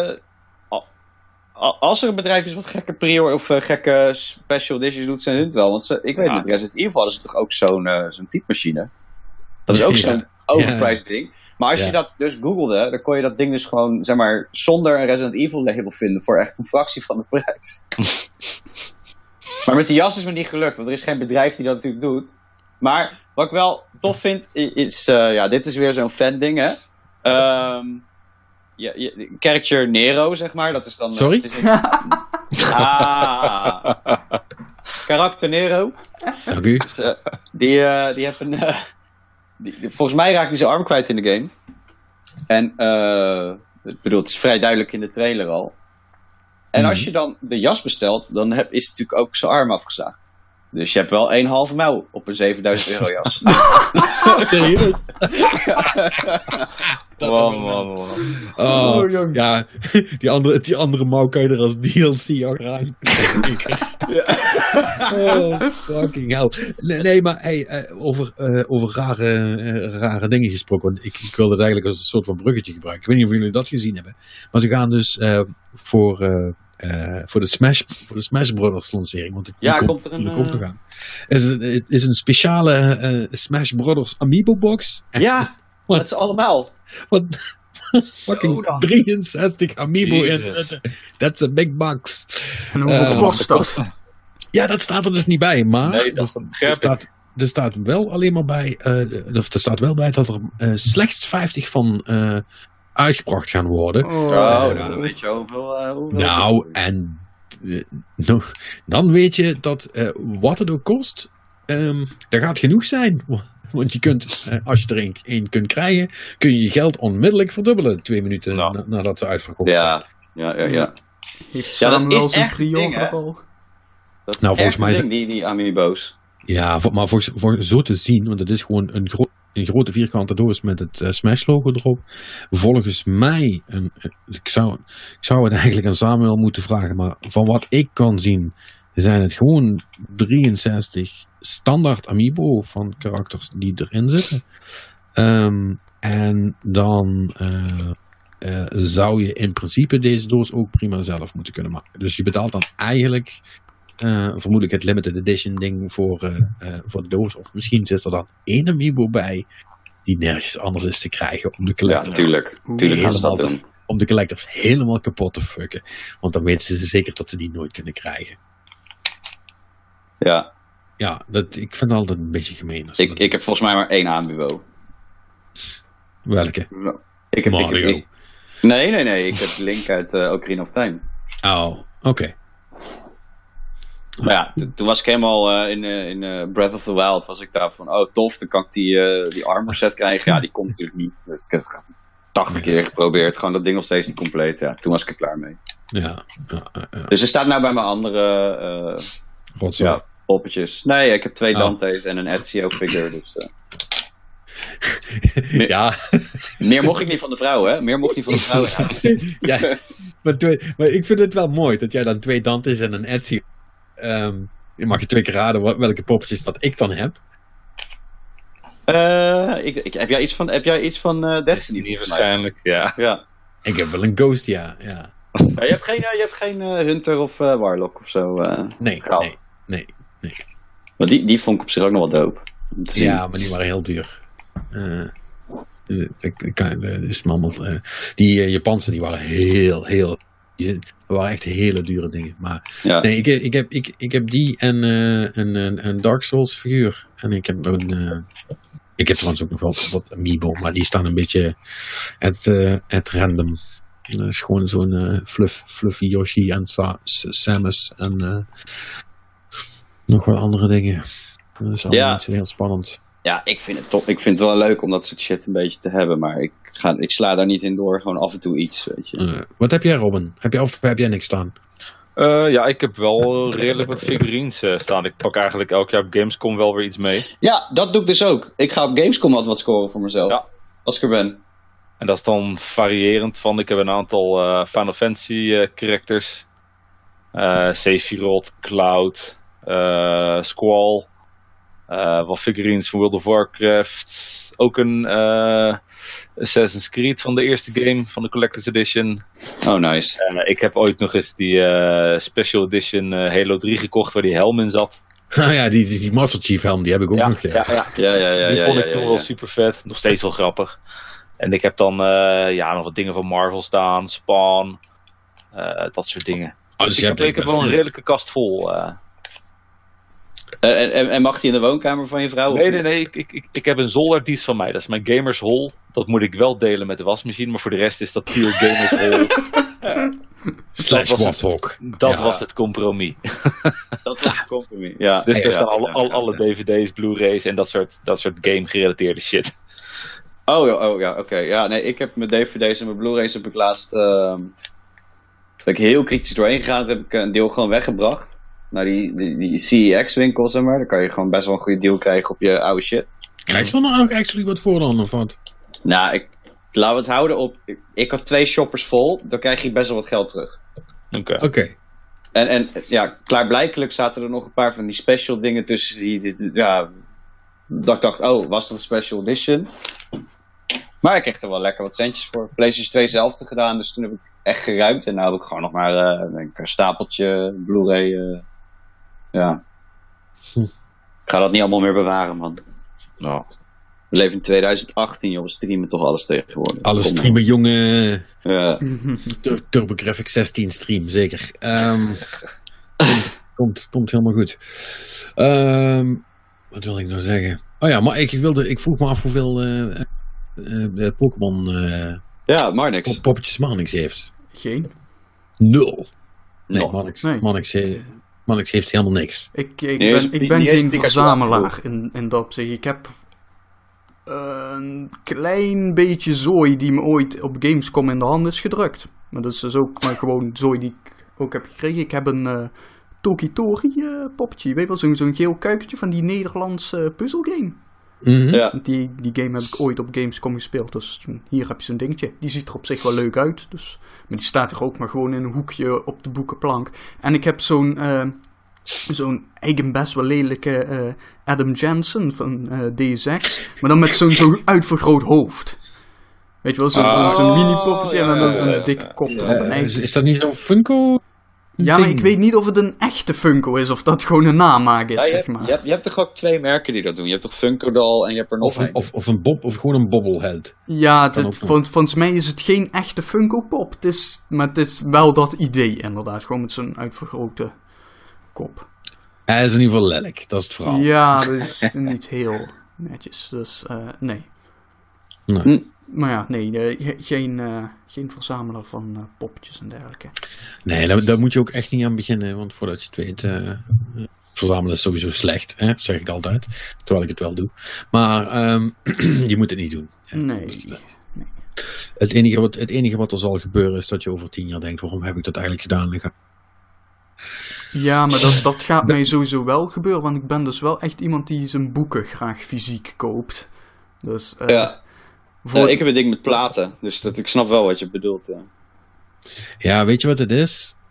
als er een bedrijf is wat gekke pre-order of gekke special editions doet, zijn het wel. Want ik weet het, Resident Evil hadden ze toch ook zo'n typemachine. Dat is ook zo'n overpriced ding. Maar als je dat dus googelde, dan kon je dat ding dus gewoon, zeg maar, zonder een Resident Evil label vinden voor echt een fractie van de prijs. Maar met die jas is me niet gelukt, want er is geen bedrijf die dat natuurlijk doet. Maar wat ik wel tof vind, is, dit is weer zo'n fan ding, hè. Character Nero, zeg maar, dat is dan... Sorry? Karakter Nero. Dank u. Dus, die heeft een... volgens mij raakt hij zijn arm kwijt in de game. En, ik bedoel, het is vrij duidelijk in de trailer al. En als je dan de jas bestelt, dan is natuurlijk ook zijn arm afgezaagd. Dus je hebt wel 1,5 mijl op een €7.000 jas. Serieus? Man. Oh, ja, die andere mouw kan je er als DLC achteraan. Oh, fucking hell. Nee, maar hey, over rare dingen gesproken. Want ik wilde het eigenlijk als een soort van bruggetje gebruiken. Ik weet niet of jullie dat gezien hebben. Maar ze gaan dus voor de Smash Brothers lancering. Want komt er nog aan. Het is een speciale Smash Brothers Amiibo box. Ja, dat is allemaal. Wat fucking 63 Amiibo in. That's a big box. En hoeveel kost dat? Ja, dat staat er dus niet bij. Maar nee, dat er staat wel alleen maar bij. Er staat wel bij dat er slechts 50 van uitgebracht gaan worden. Dan weet je hoeveel. Nou, en dan weet je dat wat het ook kost, dat gaat genoeg zijn. Want je kunt, als je er één kunt krijgen, kun je je geld onmiddellijk verdubbelen 2 minuten nadat ze uitverkocht zijn. Ja. Heeft dat wel is zijn echt een ding, hè? al? Dat is volgens mij ding, die Amiibo's. Ja, maar voor zo te zien, want het is gewoon een grote vierkante doos met het Smash logo erop. Volgens mij, ik zou het eigenlijk aan Samuel moeten vragen, maar van wat ik kan zien, zijn het gewoon 63 standaard Amiibo van karakters die erin zitten. En dan zou je in principe deze doos ook prima zelf moeten kunnen maken. Dus je betaalt dan eigenlijk vermoedelijk het limited edition ding voor de doos. Of misschien zit er dan 1 Amiibo bij die nergens anders is te krijgen om de collector. Ja, tuurlijk gaan ze dat doen. Om de collectors helemaal kapot te fucken. Want dan weten ze zeker dat ze die nooit kunnen krijgen. Ja. Ja, ik vind het altijd een beetje gemeen. Ik heb volgens mij maar 1 Amiibo. Welke? Mario. Nee. Ik heb Link uit Ocarina of Time. Oh, oké. Maar ja, toen was ik helemaal in Breath of the Wild. Was ik daar van, oh tof, dan kan ik die armor set krijgen. Ja, die komt natuurlijk niet. Dus ik heb het 80 keer geprobeerd. Gewoon dat ding nog steeds niet compleet. Ja, toen was ik er klaar mee. Ja. Dus er staat nou bij mijn andere poppetjes. Nee, ik heb 2 Dante's en een Ezio figure. Dus, meer mocht ik niet van de vrouw, hè? Ja, maar ik vind het wel mooi dat jij dan 2 Dante's en een Ezio Mag je 2 keer raden welke poppetjes dat ik dan heb? Heb jij iets van Destiny? Niet waarschijnlijk, ja. Ja. Ik heb wel een Ghost, ja. Ja, je hebt geen Hunter of Warlock of zo. Nee. Maar die vond ik op zich ook nog wel dope. Om te zien. Ja, maar die waren heel duur. Die Japanse, die waren heel... Dat waren echt hele dure dingen. Maar Ja. nee, ik heb die en een Dark Souls figuur. En ik heb ik heb trouwens ook nog wel wat Amiibo, maar die staan een beetje at random. Dat is gewoon zo'n fluffy Yoshi en Samus en nog wat andere dingen. Dat is allemaal niet zo heel spannend. Ja, ik vind het top. Ik vind het wel leuk om dat soort shit een beetje te hebben, maar ik sla daar niet in door. Gewoon af en toe iets, weet je. Wat heb jij, Robin? Heb jij niks staan? Ja, ik heb wel redelijk wat figurines staan. Ik pak eigenlijk elk jaar op Gamescom wel weer iets mee. Ja, dat doe ik dus ook. Ik ga op Gamescom altijd wat scoren voor mezelf. Ja. Als ik er ben. En dat is dan variërend van, ik heb een aantal Final Fantasy characters. Sephiroth, Cloud, Squall. Wat figurines van World of Warcraft. Ook een Assassin's Creed van de eerste game, van de Collector's Edition. Oh, nice. Ik heb ooit nog eens die Special Edition Halo 3 gekocht, waar die helm in zat. Nou ja, die Master Chief helm, die heb ik ook nog. Ja. Die vond ik toen wel super vet. Nog steeds wel grappig. En ik heb dan nog wat dingen van Marvel staan, Spawn, dat soort dingen. Dus ik heb wel een redelijke kast vol. En mag die in de woonkamer van je vrouw? Nee. Ik heb een zolder, die is van mij. Dat is mijn gamers hall. Dat moet ik wel delen met de wasmachine, maar voor de rest is dat puur gamers hall. Slash Warthog. Dat was het compromis. Dat was het compromis. Ja. Dus er staan alle DVD's, Blu-rays en dat soort game-gerelateerde shit. Oh ja, oké. Ja, nee, ik heb mijn DVD's en mijn Blu-rays heb ik laatst... ben ik heel kritisch doorheen gegaan. Heb ik een deel gewoon weggebracht. Naar die CEX-winkel, zeg maar. Daar kan je gewoon best wel een goede deal krijgen op je oude shit. Krijg je er nog actually wat voor dan, of wat? Nou, laten we het houden op... Ik had 2 shoppers vol. Dan krijg je best wel wat geld terug. Oké. En ja, klaarblijkelijk zaten er nog een paar van die special dingen tussen dat ik dacht, was dat een special edition? Maar ik kreeg er wel lekker wat centjes voor. PlayStation 2 zelfde gedaan, dus toen heb ik echt geruimd. En nu heb ik gewoon nog maar een stapeltje Blu-ray. Ik ga dat niet allemaal meer bewaren, man. Nou. We leven in 2018, joh. We streamen toch alles tegenwoordig. Alles streamen, jongen. Ja. TurboGrafx 16 stream, zeker. Komt helemaal goed. Wat wil ik nou zeggen? Oh ja, maar ik vroeg me af hoeveel Pokémon Marnix. poppetjes Marnix heeft. Geen. 0. Nee, No. Marnix heeft helemaal niks. Ik ben geen verzamelaar in dat opzicht. Ik heb een klein beetje zooi die me ooit op Gamescom in de hand is gedrukt. Maar dat is dus ook maar gewoon zooi die ik ook heb gekregen. Ik heb een Tokitori poppetje. Je weet wel, zo'n geel kuikentje van die Nederlandse puzzelgame. Mm-hmm. Ja. Die game heb ik ooit op Gamescom gespeeld. Dus hier heb je zo'n dingetje. Die ziet er op zich wel leuk uit. Dus, maar die staat er ook maar gewoon in een hoekje op de boekenplank. En ik heb zo'n eigen best wel lelijke Adam Jensen van Deus Ex. Maar dan met zo'n uitvergroot hoofd. Weet je wel, zo'n mini-poppetje en dan zo'n dikke kop. Is dat niet zo'n Funko? Ja, maar ik weet niet of het een echte Funko is of dat gewoon een namaak is, zeg maar. Je hebt toch ook 2 merken die dat doen? Je hebt toch Funko Doll en je hebt er nog een. Of een bob, of gewoon een bobblehead. Ja, volgens mij is het geen echte Funko Pop. Maar het is wel dat idee, inderdaad. Gewoon met zo'n uitvergrote kop. Hij is in ieder geval lelijk, dat is het verhaal. Ja, dat is niet heel netjes. Dus nee. Maar ja, nee, geen verzamelaar van poppetjes en dergelijke. Nee, daar moet je ook echt niet aan beginnen. Want voordat je het weet, verzamelen is sowieso slecht. Hè? Dat zeg ik altijd. Terwijl ik het wel doe. Maar je moet het niet doen. Nee. Het enige wat er zal gebeuren is dat je over 10 jaar denkt, waarom heb ik dat eigenlijk gedaan? Ja, maar dat gaat mij sowieso wel gebeuren. Want ik ben dus wel echt iemand die zijn boeken graag fysiek koopt. Dus... ik heb een ding met platen, dus ik snap wel wat je bedoelt. Ja, weet je wat het is?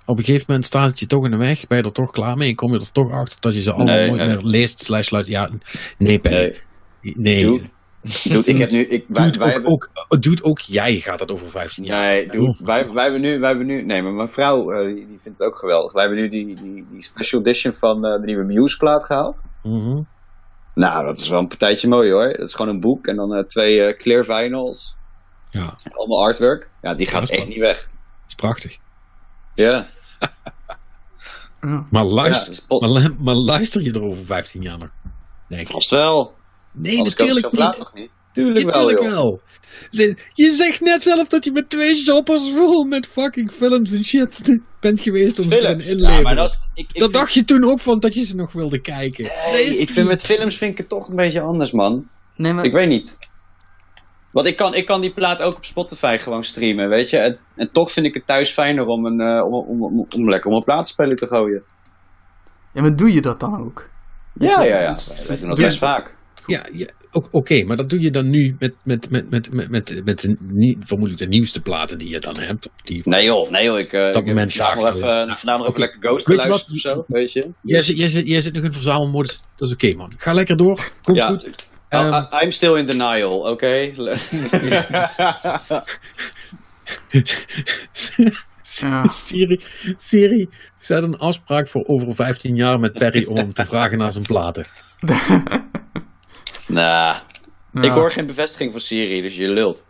op een gegeven moment staat het je toch in de weg, ben je er toch klaar mee en kom je er toch achter dat je ze allemaal nooit meer leest, /luistert. Ja, nee, Perry. Nee. Dude, ik heb nu... Doet ook jij gaat dat over 15 jaar. Nee, dude, wij hebben nu... Nee, maar mijn vrouw, die vindt het ook geweldig. Wij hebben nu die special edition van de nieuwe Muse-plaat gehaald. Mm-hmm. Nou, dat is wel een partijtje mooi hoor. Dat is gewoon een boek en dan 2 clear vinyls. Ja. Allemaal artwork. Ja, die gaat echt niet weg. Dat is prachtig. Ja. Maar luister je er over 15 jaar nog? Nee, vast wel. Nee, natuurlijk niet. Toch niet. Tuurlijk wel. Je zegt net zelf dat je met 2 shoppers vol met fucking films en shit bent geweest om ze erin inleveren. Ja, maar dat dacht je toen ook van dat je ze nog wilde kijken. Nee, ik vind met films vind ik het toch een beetje anders, man. Nee, maar... Ik weet niet. Want ik kan die plaat ook op Spotify gewoon streamen, weet je. En toch vind ik het thuis fijner om lekker om een plaatspeler te gooien. Ja, maar doe je dat dan ook? Ja. Wij doen dat best vaak. Ja, oké, maar dat doe je dan nu met vermoedelijk de nieuwste platen die je dan hebt. Nee joh, ik heb vandaag nog even lekker Ghost geluisterd of zo, weet je. Jij zit nog in verzamelmodus, dat is oké, man. Ga lekker door, komt goed. I'm still in denial, oké? Siri, zet een afspraak voor over 15 jaar met Perry om te vragen naar zijn platen. Ik hoor geen bevestiging van Siri, dus je lult.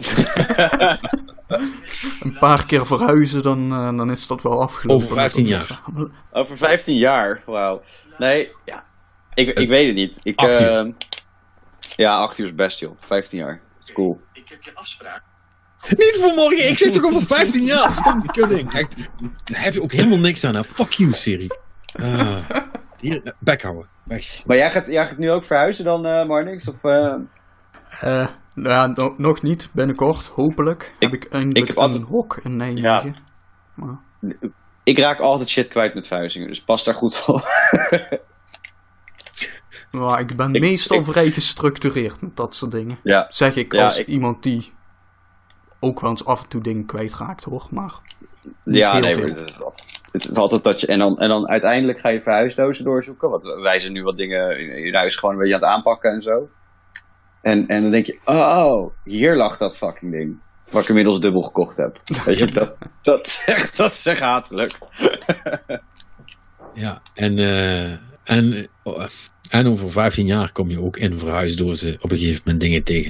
Een paar keer verhuizen, dan is dat wel afgelopen. Over 15 jaar. Over 15 jaar, wauw. Nee, ja. Ik weet het niet. 8 uur is best, joh. 15 jaar. Dat is cool. Ik heb je afspraak. Niet voor morgen, ik zit toch over 15 jaar. Stom kudding. Daar heb je ook helemaal niks aan. Fuck you, Siri. Hier, bek houden. Weg. Maar jij gaat nu ook verhuizen dan, Marnix? Of, nog niet. Binnenkort, hopelijk. Heb ik eindelijk een hok in Nijmegen. Ja. Maar... Ik raak altijd shit kwijt met verhuizingen, dus pas daar goed op. Nou, ik ben meestal vrij gestructureerd met dat soort dingen. Ja. Zeg ik als iemand die ook wel eens af en toe dingen kwijtraakt, hoor. Maar het is altijd dat je... En dan uiteindelijk ga je verhuisdozen doorzoeken. Want wij zijn nu wat dingen in huis gewoon een beetje aan het aanpakken en zo. En dan denk je, hier lag dat fucking ding. Wat ik inmiddels dubbel gekocht heb. Weet je, dat is echt hatelijk. Ja, en over 15 jaar kom je ook in verhuisdozen op een gegeven moment dingen tegen.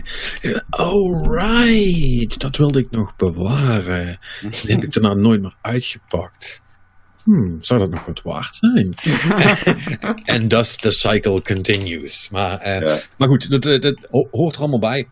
Right, dat wilde ik nog bewaren. Die heb ik er nou nooit meer uitgepakt. Zou dat nog wat waard zijn? En thus the cycle continues. Maar goed, dat hoort er allemaal bij.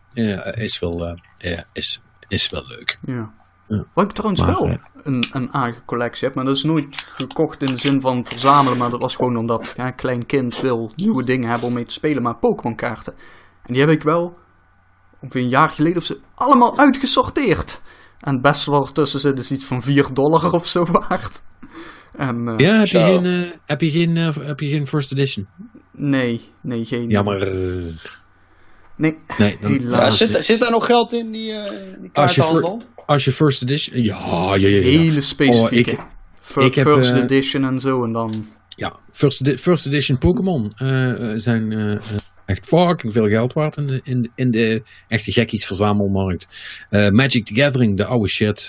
Is wel leuk. Ja. Wat ik trouwens wel een eigen collectie heb, maar dat is nooit gekocht in de zin van verzamelen, maar dat was gewoon omdat een klein kind wil nieuwe dingen hebben om mee te spelen, maar Pokémon kaarten. En die heb ik wel ongeveer een jaar geleden of zo allemaal uitgesorteerd. En het beste wat ertussen zit is iets van $4 of zo waard. En, heb je geen first edition? Nee, geen. Jammer. Nee, helaas. Zit daar nog geld in, die kaartenhandel? Als je first edition... Ja. Hele specifieke. First edition en zo en dan... Ja, first edition Pokémon zijn echt fucking veel geld waard in de echte gekkies verzamelmarkt. Magic the Gathering, de oude shit...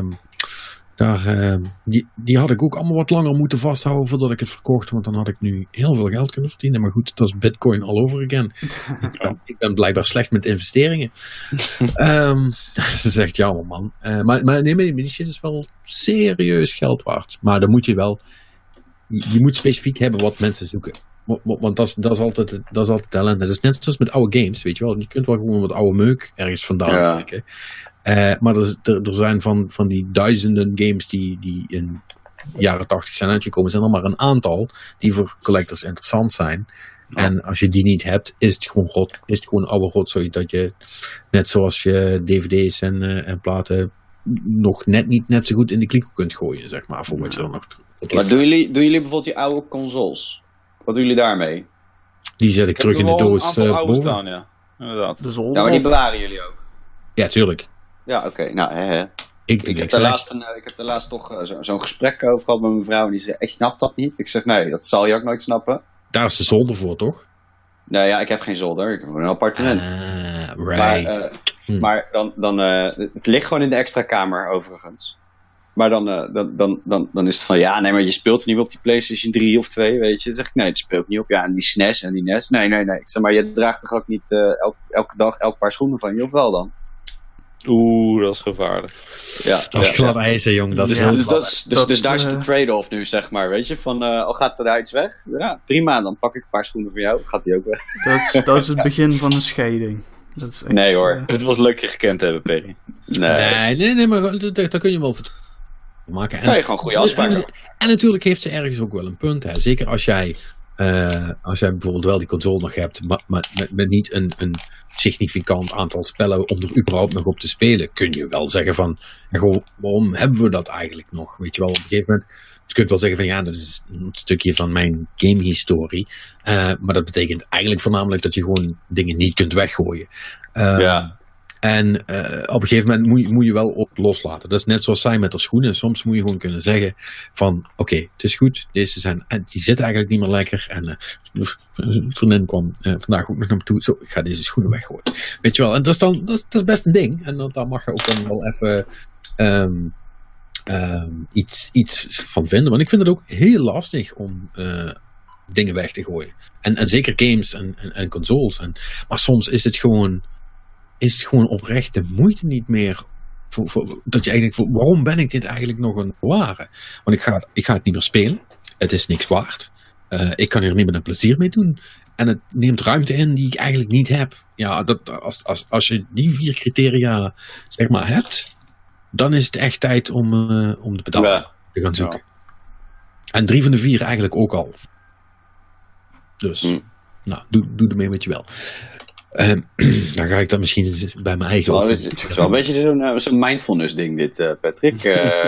Die had ik ook allemaal wat langer moeten vasthouden voordat ik het verkocht, want dan had ik nu heel veel geld kunnen verdienen. Maar goed, dat is Bitcoin all over again. Ik ben blijkbaar slecht met investeringen. Dat is echt jammer, man. Maar die shit is wel serieus geld waard. Maar dan moet je wel... Je moet specifiek hebben wat mensen zoeken. Want dat is altijd talent. Dat is net zoals met oude games, weet je wel. Je kunt wel gewoon wat oude meuk ergens vandaan trekken. Maar er zijn van die duizenden games die in de jaren 80 zijn uitgekomen, zijn er maar een aantal die voor collectors interessant zijn. Ja. En als je die niet hebt, is het gewoon oude rotzooi dat je, net zoals je dvd's en platen, nog niet zo goed in de kliko kunt gooien, zeg maar, voor wat je dan nog... Maar doen jullie bijvoorbeeld die oude consoles? Wat doen jullie daarmee? Die zet ik terug in de doos boven. Staan, ja. Inderdaad. Maar die bewaren jullie ook? Ja, tuurlijk. Ja, oké. Nou, Ik heb daar laatst toch zo'n gesprek over gehad met mijn vrouw. En die zei, ik snap dat niet. Ik zeg, nee, dat zal je ook nooit snappen. Daar is de zolder voor, toch? Nou ja, ik heb geen zolder. Ik heb een appartement. Right. Maar dan het ligt gewoon in de extra kamer, overigens. Maar dan is het van, ja, nee, maar je speelt niet meer op die PlayStation 3 of 2, weet je. Dan zeg ik, nee, het speelt niet op. Ja, en die SNES en die NES. Nee. Ik zeg, maar je draagt toch ook niet elke dag elk paar schoenen van je, of wel dan? Oeh, dat is gevaarlijk. Ja, dat is glad ijzer, jong. Dat is heel dus daar is de trade-off nu, zeg maar. Weet je, van al gaat er daar iets weg. Ja, prima, dan pak ik een paar schoenen van jou. Gaat die ook weg. Dat is het begin van een scheiding. Dat is echt, nee hoor. Het was leuk je gekend hebben, Perry. Nee, maar daar kun je wel maken. Kan je gewoon goede afspraken. En natuurlijk heeft ze ergens ook wel een punt. Hè. Zeker als jij bijvoorbeeld wel die console nog hebt, maar met niet een significant aantal spellen om er überhaupt nog op te spelen, kun je wel zeggen van, waarom hebben we dat eigenlijk nog? Weet je wel, op een gegeven moment, je kunt wel zeggen van, ja, dat is een stukje van mijn gamehistorie, maar dat betekent eigenlijk voornamelijk dat je gewoon dingen niet kunt weggooien. En op een gegeven moment moet je wel ook loslaten. Dat is net zoals zij met haar schoenen. Soms moet je gewoon kunnen zeggen van, oké, het is goed. Die zitten eigenlijk niet meer lekker. En een vriendin kwam vandaag ook nog naar me toe. Zo, ik ga deze schoenen weggooien. Weet je wel. En dat is best een ding. En daar mag je ook dan wel even iets van vinden. Want ik vind het ook heel lastig om dingen weg te gooien. En zeker games en consoles. Maar soms is het gewoon oprecht de moeite niet meer dat je eigenlijk, waarom ben ik dit eigenlijk nog aan het bewaren? Want ik ga het niet meer spelen. Het is niks waard. Ik kan hier niet meer een plezier mee doen. En het neemt ruimte in die ik eigenlijk niet heb. Ja, als je die 4 criteria zeg maar hebt, dan is het echt tijd om de pedalen te gaan zoeken. Ja. En 3 van de 4 eigenlijk ook al. Dus, nou, doe ermee wat je wel. Dan ga ik dan misschien bij mijn eigen... Het is wel een beetje zo'n mindfulness ding dit, Patrick.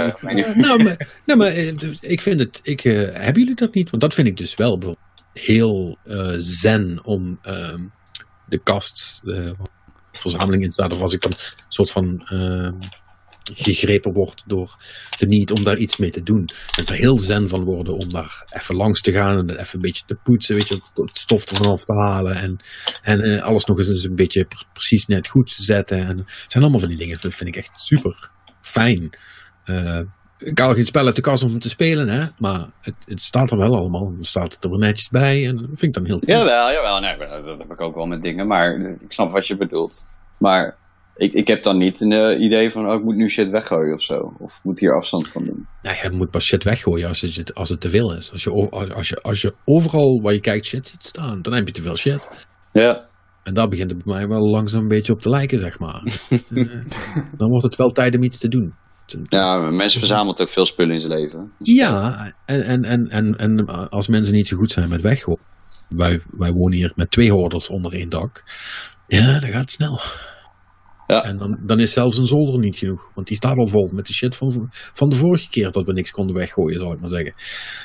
maar ik vind het... hebben jullie dat niet? Want dat vind ik dus wel heel zen om de kast verzameling in te staan. Of als ik dan een soort van gegrepen word door de niet om daar iets mee te doen. En er heel zen van worden om daar even langs te gaan en even een beetje te poetsen, weet je, het stof ervan af te halen en alles nog eens een beetje precies net goed te zetten. En het zijn allemaal van die dingen, dat vind ik echt super fijn. Ik kan nog geen spel uit de kast om te spelen, hè, maar het staat er wel allemaal. Dan staat het er weer netjes bij en dat vind ik dan heel cool. Jawel, nee, dat heb ik ook wel met dingen, maar ik snap wat je bedoelt. Maar ik heb dan niet een idee van, ik moet nu shit weggooien of zo. Of moet hier afstand van doen. Nou, je moet pas shit weggooien als het te veel is. Als je overal waar je kijkt shit ziet staan, dan heb je te veel shit. Ja. En daar begint het bij mij wel langzaam een beetje op te lijken, zeg maar. Dan wordt het wel tijd om iets te doen. Ja, mensen verzamelt ook veel spullen in zijn leven. Dus ja, en als mensen niet zo goed zijn met weggooien. Wij wonen hier met 2 hoorders onder 1 dak. Ja, dan gaat het snel. Ja. En dan is zelfs een zolder niet genoeg. Want die staat al vol met de shit van de vorige keer dat we niks konden weggooien, zal ik maar zeggen.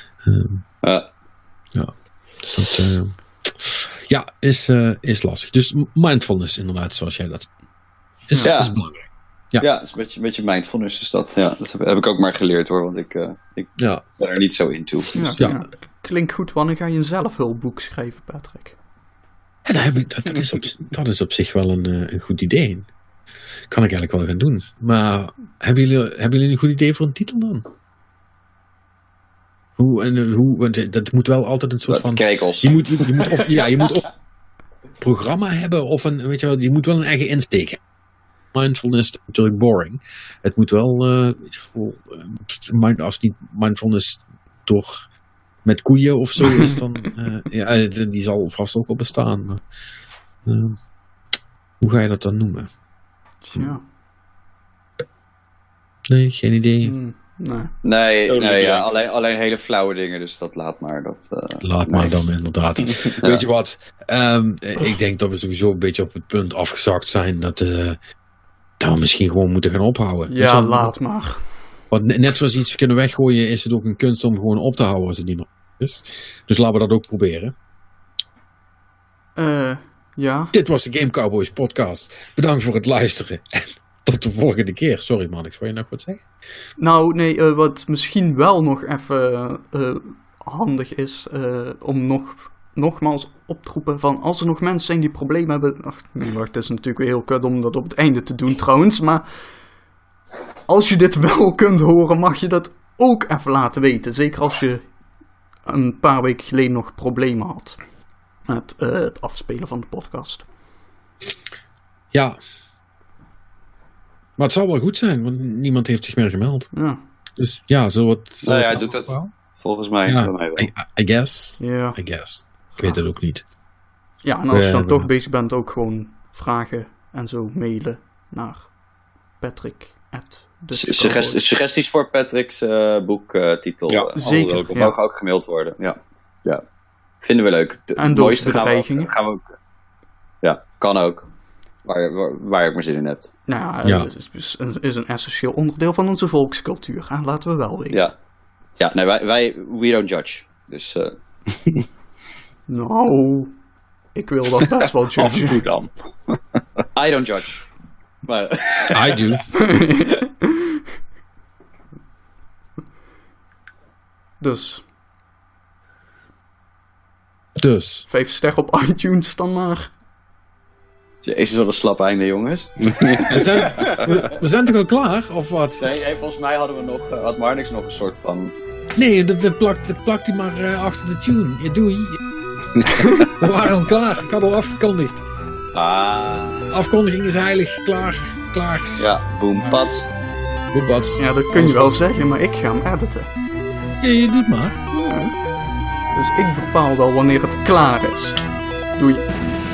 Dus dat is lastig. Dus mindfulness inderdaad, zoals jij dat is belangrijk. Ja, het is een beetje mindfulness is dat. Ja, dat heb ik ook maar geleerd hoor, want ik ben er niet zo in toe. Ja. Klinkt goed. Wanneer ga je een zelfhulpboek schrijven, Patrick? Ja, dat is op zich wel een goed idee. Kan ik eigenlijk wel gaan doen. Maar hebben jullie een goed idee voor een titel dan? Want dat moet wel altijd een soort van... Krekels. Je moet of programma hebben of weet je wel, je moet wel een eigen insteek hebben. Mindfulness is natuurlijk boring. Het moet wel, als die mindfulness door met koeien of zo is, dan die zal vast ook wel bestaan. Maar, hoe ga je dat dan noemen? Ja. Nee, geen idee. Nee, alleen hele flauwe dingen, dus dat laat maar. Laat maar dan inderdaad. Weet je wat? Ik denk dat we sowieso een beetje op het punt afgezakt zijn dat we misschien gewoon moeten gaan ophouden. Ja, laat maar. Want net zoals iets kunnen weggooien, is het ook een kunst om gewoon op te houden als het niet meer is. Dus laten we dat ook proberen. Ja. Dit was de Game Cowboys podcast. Bedankt voor het luisteren. En tot de volgende keer. Sorry Mannix, wil je nog wat zeggen? Nou, nee, wat misschien wel nog even handig is, om nogmaals op te roepen van als er nog mensen zijn die problemen hebben... Ach, nee, wacht, het is natuurlijk weer heel kut om dat op het einde te doen trouwens, maar als je dit wel kunt horen, mag je dat ook even laten weten. Zeker als je een paar weken geleden nog problemen had met het afspelen van de podcast. Ja. Maar het zal wel goed zijn, want niemand heeft zich meer gemeld. Ja. Dus ja, zo wat... Nou ja, hij doet het volgens mij. Ja, Bij mij wel. I guess. Ja. I guess. Ik weet het ook niet. Ja, en als je dan toch bezig bent, ook gewoon vragen en zo mailen naar Patrick. Suggesties voor Patrick's boektitel. Ja, zeker. Die mogen ook gemaild worden. Ja. Vinden we leuk. En doodsbedreigingen. Gaan we ook. Ja, kan ook. Waar je ook maar zin in hebt. Nou ja, het is een essentieel onderdeel van onze volkscultuur. Hè? Laten we wel weten. Ja, nee, we don't judge. Dus... Nou, ik wil dat best wel Af en toe judgen. dan. I don't judge. Maar... I do. Dus, 5 sterren op iTunes dan maar. Jezus, wat een slap einde, jongens. We zijn toch al klaar, of wat? Nee, volgens mij had Marnix nog een soort van... Nee, dat plakt hij maar achter de tune. Ja, doei. We waren al klaar. Ik had al afgekondigd. Afkondiging is heilig. Klaar. Ja, boom, pats. Boepats. Ja, dat kun je wel zeggen, maar ik ga hem editen. Ja, je doet maar. Dus ik bepaal wel wanneer het klaar is. Doei.